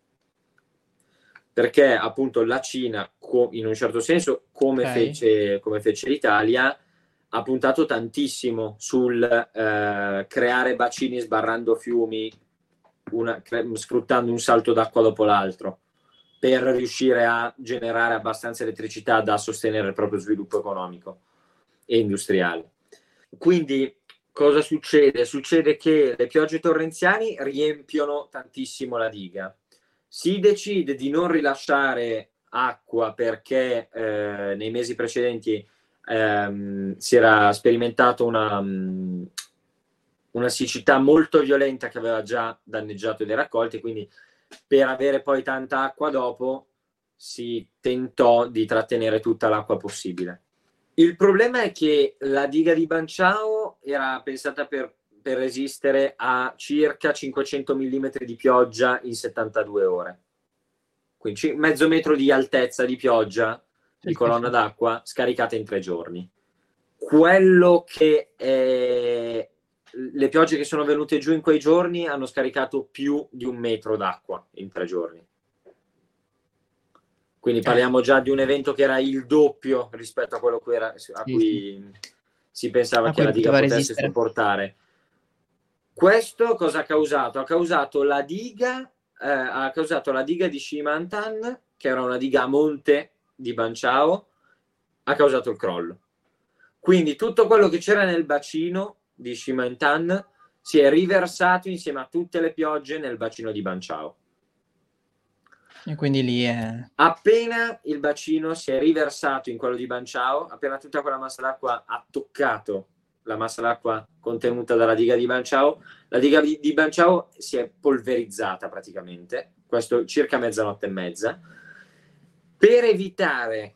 perché appunto la Cina, in un certo senso, come, okay. fece, come fece l'Italia, ha puntato tantissimo sul eh, creare bacini sbarrando fiumi, una, cre- sfruttando un salto d'acqua dopo l'altro, per riuscire a generare abbastanza elettricità da sostenere il proprio sviluppo economico e industriale. Quindi cosa succede? Succede che le piogge torrenziali riempiono tantissimo la diga. Si decide di non rilasciare acqua perché eh, nei mesi precedenti ehm, si era sperimentato una, um, una siccità molto violenta che aveva già danneggiato dei raccolti, quindi per avere poi tanta acqua dopo si tentò di trattenere tutta l'acqua possibile. Il problema è che la diga di Banqiao era pensata per, per resistere a circa cinquecento millimetri di pioggia in settantadue ore. Quindi mezzo metro di altezza di pioggia, sì, di sì, colonna sì. d'acqua, scaricata in tre giorni. Quello che è... Le piogge che sono venute giù in quei giorni hanno scaricato più di un metro d'acqua in tre giorni. Quindi parliamo già di un evento che era il doppio rispetto a quello che era, a Sì, cui sì. si pensava A che cui la diga poteva potesse resistere. sopportare. Questo cosa ha causato? Ha causato la diga, eh, ha causato la diga di Shimantan, che era una diga a monte di Banqiao, ha causato il crollo. Quindi tutto quello che c'era nel bacino di Shimantan si è riversato insieme a tutte le piogge nel bacino di Banqiao. E quindi lì è... Appena il bacino si è riversato in quello di Banqiao, appena tutta quella massa d'acqua ha toccato la massa d'acqua contenuta dalla diga di Banqiao, la diga di Banqiao si è polverizzata praticamente, questo circa mezzanotte e mezza, per evitare,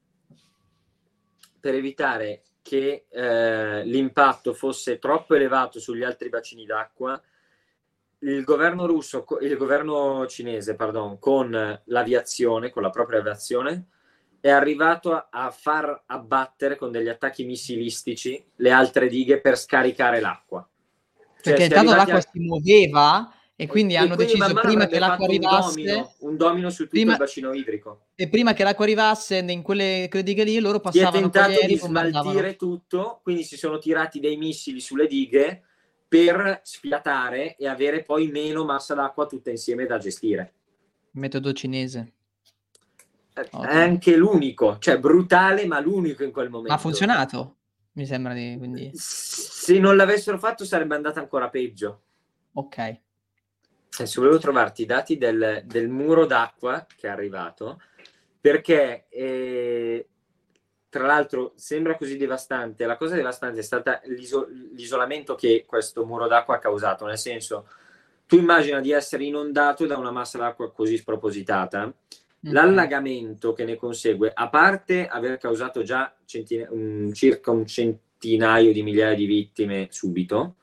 per evitare che eh, l'impatto fosse troppo elevato sugli altri bacini d'acqua. Il governo russo, il governo cinese, pardon, con l'aviazione, con la propria aviazione, è arrivato a, a far abbattere con degli attacchi missilistici le altre dighe per scaricare l'acqua. Cioè, Perché si è intanto l'acqua arrivati a... si muoveva e E, quindi e hanno quindi man deciso mano prima che avrebbe l'acqua fatto un arrivasse, domino, un domino su tutto il prima, bacino idrico. e prima che l'acqua arrivasse in quelle, quelle dighe lì, loro Si è passavano con gli tentato aerei di e bombardavano. smaltire tutto, quindi si sono tirati dei missili sulle dighe per sfiatare e avere poi meno massa d'acqua tutta insieme da gestire. Metodo cinese. È Ottimo. anche l'unico, cioè brutale, ma l'unico in quel momento. Ma ha funzionato, mi sembra di... Quindi... Se non l'avessero fatto sarebbe andata ancora peggio. Ok. Adesso volevo trovarti i dati del, del muro d'acqua che è arrivato, perché eh, tra l'altro sembra così devastante. La cosa devastante è stata l'iso- l'isolamento che questo muro d'acqua ha causato, nel senso, tu immagina di essere inondato da una massa d'acqua così spropositata. L'allagamento che ne consegue, a parte aver causato già centina- um, circa un centinaio di migliaia di vittime subito,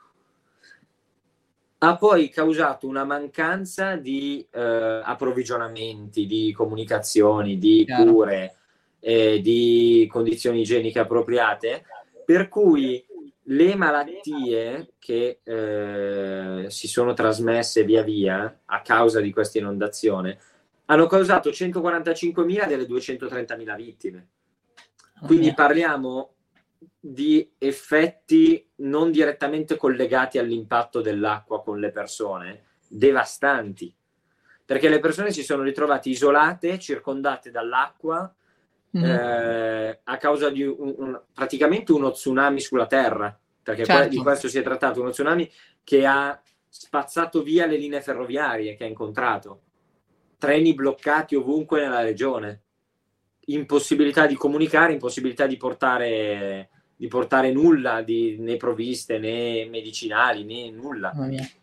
ha poi causato una mancanza di eh, approvvigionamenti, di comunicazioni, di Chiaro. cure, eh, di condizioni igieniche appropriate, per cui le malattie che eh, si sono trasmesse via via a causa di questa inondazione hanno causato centoquarantacinquemila delle duecentotrentamila vittime. Quindi Oh, parliamo di effetti non direttamente collegati all'impatto dell'acqua con le persone, devastanti, perché le persone si sono ritrovate isolate, circondate dall'acqua, mm-hmm. eh, a causa di un, un, praticamente uno tsunami sulla terra, perché certo. Di questo si è trattato, uno tsunami che ha spazzato via le linee ferroviarie che ha incontrato, treni bloccati ovunque nella regione, impossibilità di comunicare, impossibilità di portare, di portare nulla, di, né provviste né medicinali né nulla. Oh, yeah.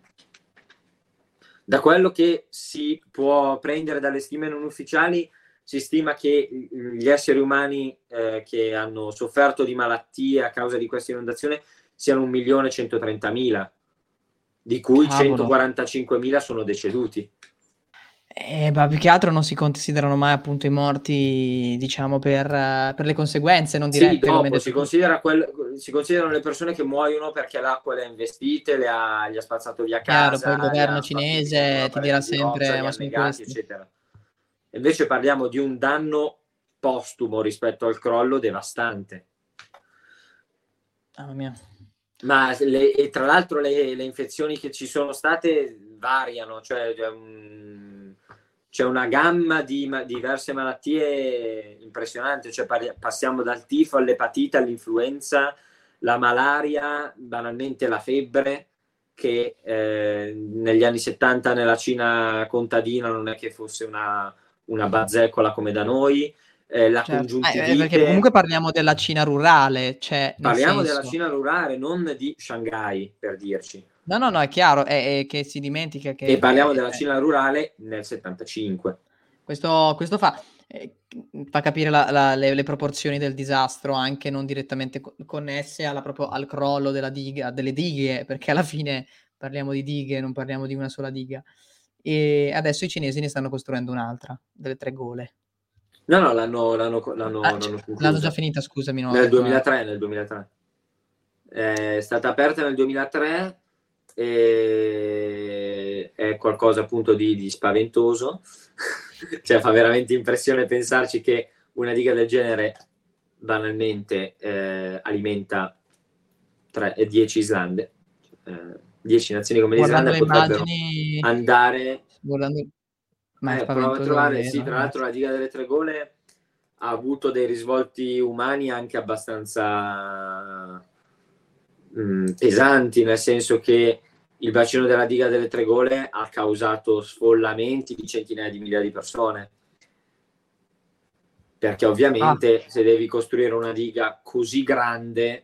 Da quello che si può prendere dalle stime non ufficiali, si stima che gli esseri umani eh, che hanno sofferto di malattie a causa di questa inondazione siano un milione centotrentamila, di cui Cavolo. centoquarantacinquemila sono deceduti. Eh, ma più che altro non si considerano mai appunto i morti, diciamo, per, uh, per le conseguenze non dirette. Sì, dopo come si, considera quel, si considerano le persone che muoiono perché l'acqua le ha investite, le ha, gli ha spazzato via casa, chiaro, poi il governo cinese ti dirà sempre roccia, ma sono questi, eccetera. Invece parliamo di un danno postumo rispetto al crollo devastante. Mamma mia. Ma le, e tra l'altro le, le infezioni che ci sono state variano, cioè um, c'è una gamma di ma- diverse malattie impressionante, cioè par- passiamo dal tifo all'epatite, all'influenza, la malaria, banalmente la febbre, che eh, negli anni settanta nella Cina contadina non è che fosse una, una bazzecola come da noi, eh, la certo. congiuntivite. Eh, perché comunque parliamo della Cina rurale, cioè nel Parliamo senso... della Cina rurale, non di Shanghai, per dirci. No, no, no, è chiaro, è, è che si dimentica che... E parliamo è, della è... Cina rurale nel settantacinque. Questo, questo fa, eh, fa capire la, la, le, le proporzioni del disastro, anche non direttamente co- connesse alla, proprio al crollo della diga, delle dighe, perché alla fine parliamo di dighe, non parliamo di una sola diga. E adesso i cinesi ne stanno costruendo un'altra, delle tre gole. No, no, l'hanno, l'hanno, l'hanno, Ah, l'hanno cioè, conclusa. l'hanno già finita, scusami. No, ho Nel detto, duemilatré, nel duemilatré. È stata aperta nel duemilatré e è qualcosa appunto di, di spaventoso. Cioè fa veramente impressione pensarci che una diga del genere banalmente eh, alimenta dieci Islande. dieci nazioni come guardando l'Islanda le potrebbero immagini, andare... guardando, ma è Eh, prova a spaventoso trovare, sì, davvero, tra l'altro ragazzi. la diga delle tre gole ha avuto dei risvolti umani anche abbastanza mh, pesanti, nel senso che il bacino della diga delle tre gole ha causato sfollamenti di centinaia di migliaia di persone. Perché ovviamente ah. se devi costruire una diga così grande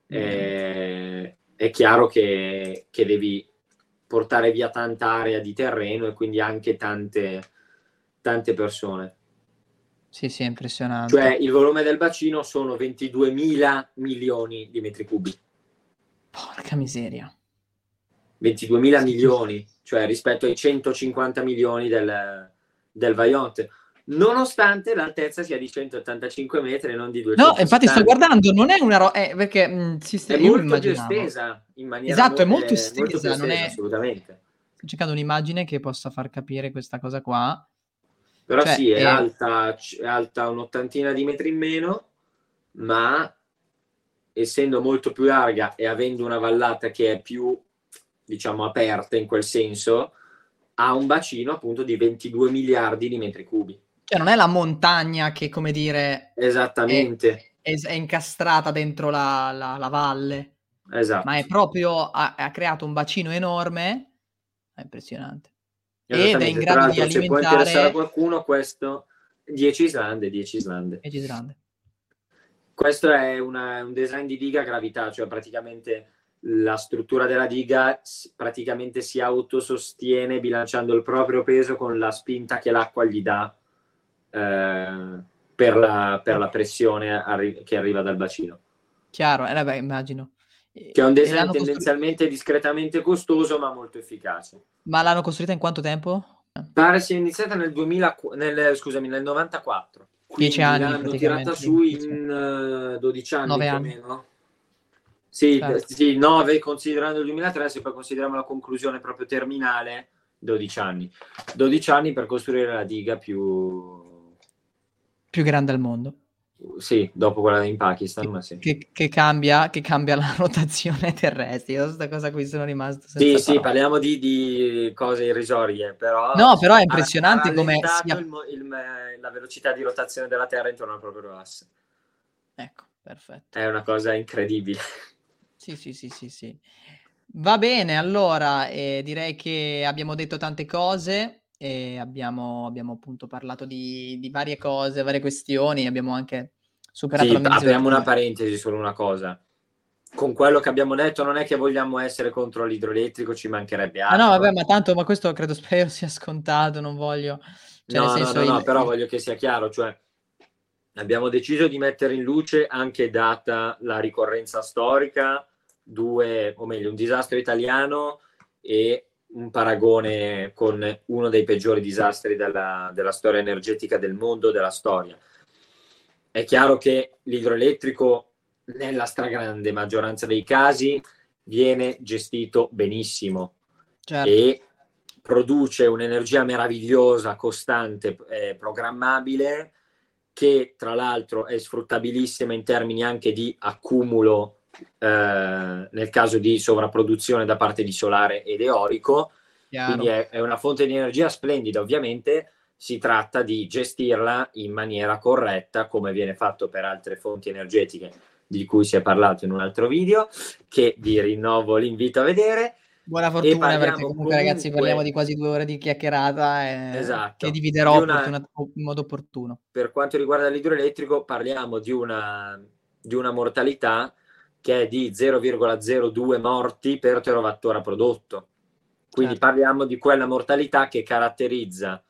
eh, è chiaro che, che devi portare via tanta area di terreno e quindi anche tante, tante persone. Sì, sì, è impressionante. Cioè il volume del bacino sono ventiduemila milioni di metri cubi. Porca miseria. ventiduemila sì, milioni, sì. Cioè rispetto ai centocinquanta milioni del, del Vajont, nonostante l'altezza sia di centottantacinque metri e non di duecentosettanta. No, infatti sto guardando, non è una roba, eh, perché mh, si st- è io molto più immaginavo. estesa in maniera esatto, mo- è molto eh, estesa, molto più estesa, non è... assolutamente. Sto cercando un'immagine che possa far capire questa cosa qua. Però cioè, sì, è, è... alta, è alta un'ottantina di metri in meno, ma essendo molto più larga e avendo una vallata che è più, diciamo, aperta in quel senso, ha un bacino appunto di ventidue miliardi di metri cubi. Cioè non è la montagna che, come dire, esattamente è, è, è incastrata dentro la, la, la valle, esatto. ma è proprio, ha, ha creato un bacino enorme, è impressionante. Ed è in grado di alimentare... Se può interessare a qualcuno, questo dieci Islande, dieci Islande. dieci Islande. Questo è una, un design di diga a gravità, cioè praticamente la struttura della diga praticamente si autosostiene bilanciando il proprio peso con la spinta che l'acqua gli dà eh, per, la, per la pressione arri- che arriva dal bacino. Chiaro, eh, vabbè, immagino. Che è un design tendenzialmente costru... discretamente costoso ma molto efficace. Ma l'hanno costruita in quanto tempo? Pare sia iniziata nel duemila, nel, scusami, nel novantaquattro. Dieci Quindi anni l'hanno tirata su in uh, dodici anni nove più anni. o meno. Sì, certo. sì, nove considerando il duemilatré, se poi consideriamo la conclusione proprio terminale, dodici anni. dodici anni per costruire la diga più... più grande al mondo. Sì, dopo quella in Pakistan, che, ma sì. Che, che, cambia, che cambia la rotazione terrestre. Io questa cosa qui sono rimasto senza Sì, parole. sì, parliamo di, di cose irrisorie, però... No, però è impressionante ha, ha come sia... il, il, la velocità di rotazione della Terra intorno al proprio asse. Ecco, perfetto. È una cosa incredibile. Sì, sì, sì, sì, sì. Va bene, allora, eh, direi che abbiamo detto tante cose e abbiamo, abbiamo appunto parlato di, di varie cose, varie questioni, abbiamo anche superato sì, la mezz'ora. Apriamo una parentesi solo una cosa. Con quello che abbiamo detto non è che vogliamo essere contro l'idroelettrico, ci mancherebbe altro. Ah no, vabbè, ma tanto, ma questo credo spero sia scontato, non voglio... Cioè, no, nel senso no, no, il, no, però il... voglio che sia chiaro, cioè abbiamo deciso di mettere in luce, anche data la ricorrenza storica, due, o meglio, un disastro italiano e un paragone con uno dei peggiori disastri della, della storia energetica del mondo, della storia. È chiaro che l'idroelettrico, nella stragrande maggioranza dei casi, viene gestito benissimo. Certo. E produce un'energia meravigliosa, costante, eh, programmabile, che tra l'altro è sfruttabilissima in termini anche di accumulo eh, nel caso di sovrapproduzione da parte di solare ed eolico. Chiaro. Quindi è, è una fonte di energia splendida. Ovviamente si tratta di gestirla in maniera corretta, come viene fatto per altre fonti energetiche di cui si è parlato in un altro video, che vi rinnovo l'invito a vedere. Buona fortuna, perché comunque, comunque ragazzi parliamo di quasi due ore di chiacchierata e esatto. che dividerò di una, in modo opportuno. Per quanto riguarda l'idroelettrico parliamo di una, di una mortalità che è di zero virgola zero due morti per terawattora prodotto. Quindi certo. Parliamo di quella mortalità che caratterizza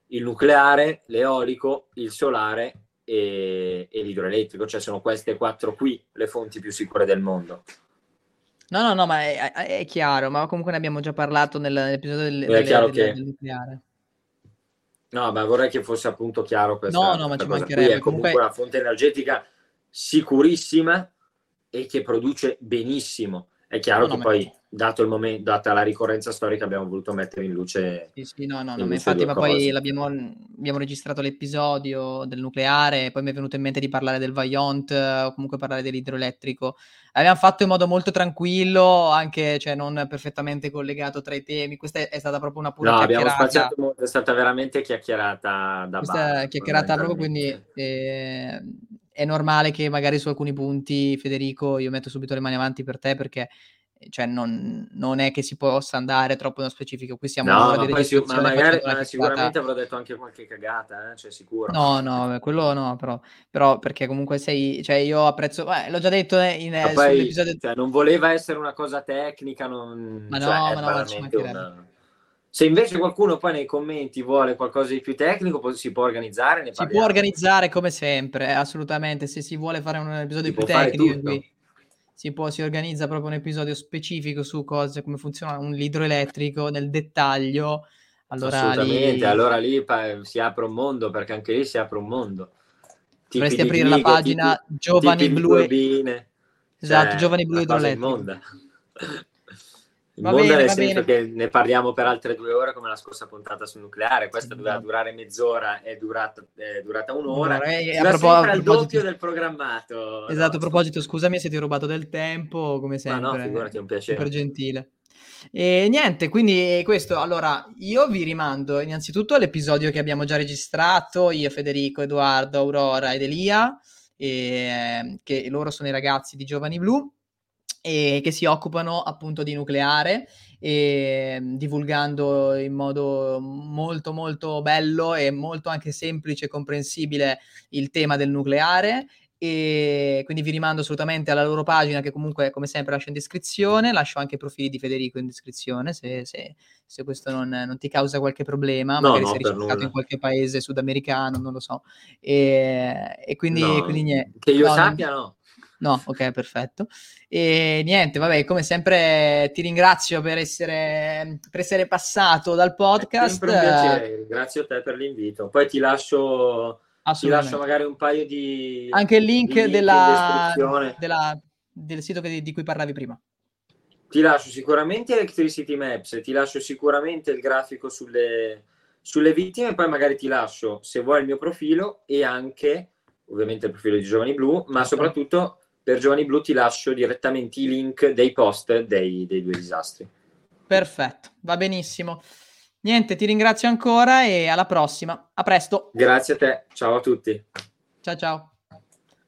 il nucleare, l'eolico, il solare e, e l'idroelettrico, cioè sono queste quattro qui le fonti più sicure del mondo. No, no, no, ma è, è, è chiaro, ma comunque ne abbiamo già parlato nell'episodio del, È del, chiaro del, che... del nucleare. No, ma vorrei che fosse appunto chiaro No, questa, no, ma questa ci cosa. Qui è mancherebbe. comunque Comunque una fonte energetica sicurissima e che produce benissimo. È chiaro no, che no, ma poi, dato il momento, data la ricorrenza storica, abbiamo voluto mettere in luce, sì, sì, no, no, no, in ma luce infatti, due ma poi cose. l'abbiamo abbiamo registrato l'episodio del nucleare, e poi mi è venuto in mente di parlare del Vaillant, o comunque parlare dell'idroelettrico. L'abbiamo fatto in modo molto tranquillo, anche, cioè, non perfettamente collegato tra i temi. Questa è, è stata proprio una pura No, abbiamo chiacchierata. spaziato molto, è stata veramente chiacchierata da Questa bar, chiacchierata proprio, quindi, fondamentalmente. ehm, è normale che magari su alcuni punti, Federico, io metto subito le mani avanti per te, perché, ehm, cioè non non è che si possa andare troppo nello specifico. Qui siamo a No, un'ora di ma poi sicu- ma registrazione magari, facendo una ma chiacchierata. sicuramente avrò detto anche qualche cagata, eh, cioè sicuro. No, no, quello no, però però perché comunque sei, cioè io apprezzo, eh, l'ho già detto, eh, in Ma eh, poi, sull'episodio. cioè, non voleva essere una cosa tecnica, non, Ma cioè, no, è ma no, ma ci banalmente mancherebbe. un... Se invece qualcuno poi nei commenti vuole qualcosa di più tecnico, poi si può organizzare, ne Si può parliamo. organizzare come sempre, assolutamente. Se si vuole fare un episodio Si più può fare tecnico in tutto, cui si può si organizza proprio un episodio specifico su cose come funziona un l'idroelettrico nel dettaglio, allora assolutamente. lì Allora lì pa- si apre un mondo, perché anche lì si apre un mondo. Tipi dovresti di aprire la dighe, tipi, pagina tipi Giovani di Blu e turbine, esatto, cioè Giovani Blu una cosa idroelettrico. immonda. Va Immonda bene, nel va senso bene. che ne parliamo per altre due ore come la scorsa puntata sul nucleare, Sì, questa doveva no, durare mezz'ora, è durata, è durata un'ora, un'ora. E si a va propo a sempre al proposito doppio del programmato. esatto, a No. proposito, scusami se ti ho rubato del tempo, come Ma no, sempre, figurati, è un super piacere. gentile. E niente, quindi questo, allora, io vi rimando innanzitutto all'episodio che abbiamo già registrato, io, Federico, Edoardo, Aurora ed Elia, e, che loro sono i ragazzi di Giovani Blu, e che si occupano appunto di nucleare, e divulgando in modo molto molto bello e molto anche semplice e comprensibile il tema del nucleare. E quindi vi rimando assolutamente alla loro pagina, che comunque come sempre lascio in descrizione. Lascio anche i profili di Federico in descrizione, se, se, se questo non, non ti causa qualche problema, No, magari no, sei per ricercato in nulla. qualche paese sudamericano, non lo so. E, e quindi, No, quindi niente. che io No, non- sappia no. no, ok, perfetto. E niente, vabbè, come sempre ti ringrazio per essere, per essere passato dal È podcast. sempre un eh, piacere, grazie a te per l'invito. Poi ti lascio, ti lascio assolutamente. magari un paio di, Anche il di link link in della, descrizione. della- del sito che- di cui parlavi prima. Ti lascio sicuramente Electricity Maps, ti lascio sicuramente il grafico sulle, sulle vittime, poi magari ti lascio, se vuoi, il mio profilo e anche, ovviamente, il profilo di Giovani Blu, ma Certo. soprattutto per Giovani Blu ti lascio direttamente i link dei post dei, dei due disastri. Perfetto, va benissimo. Niente, ti ringrazio ancora e alla prossima. A presto. Grazie a te, ciao a tutti. Ciao ciao.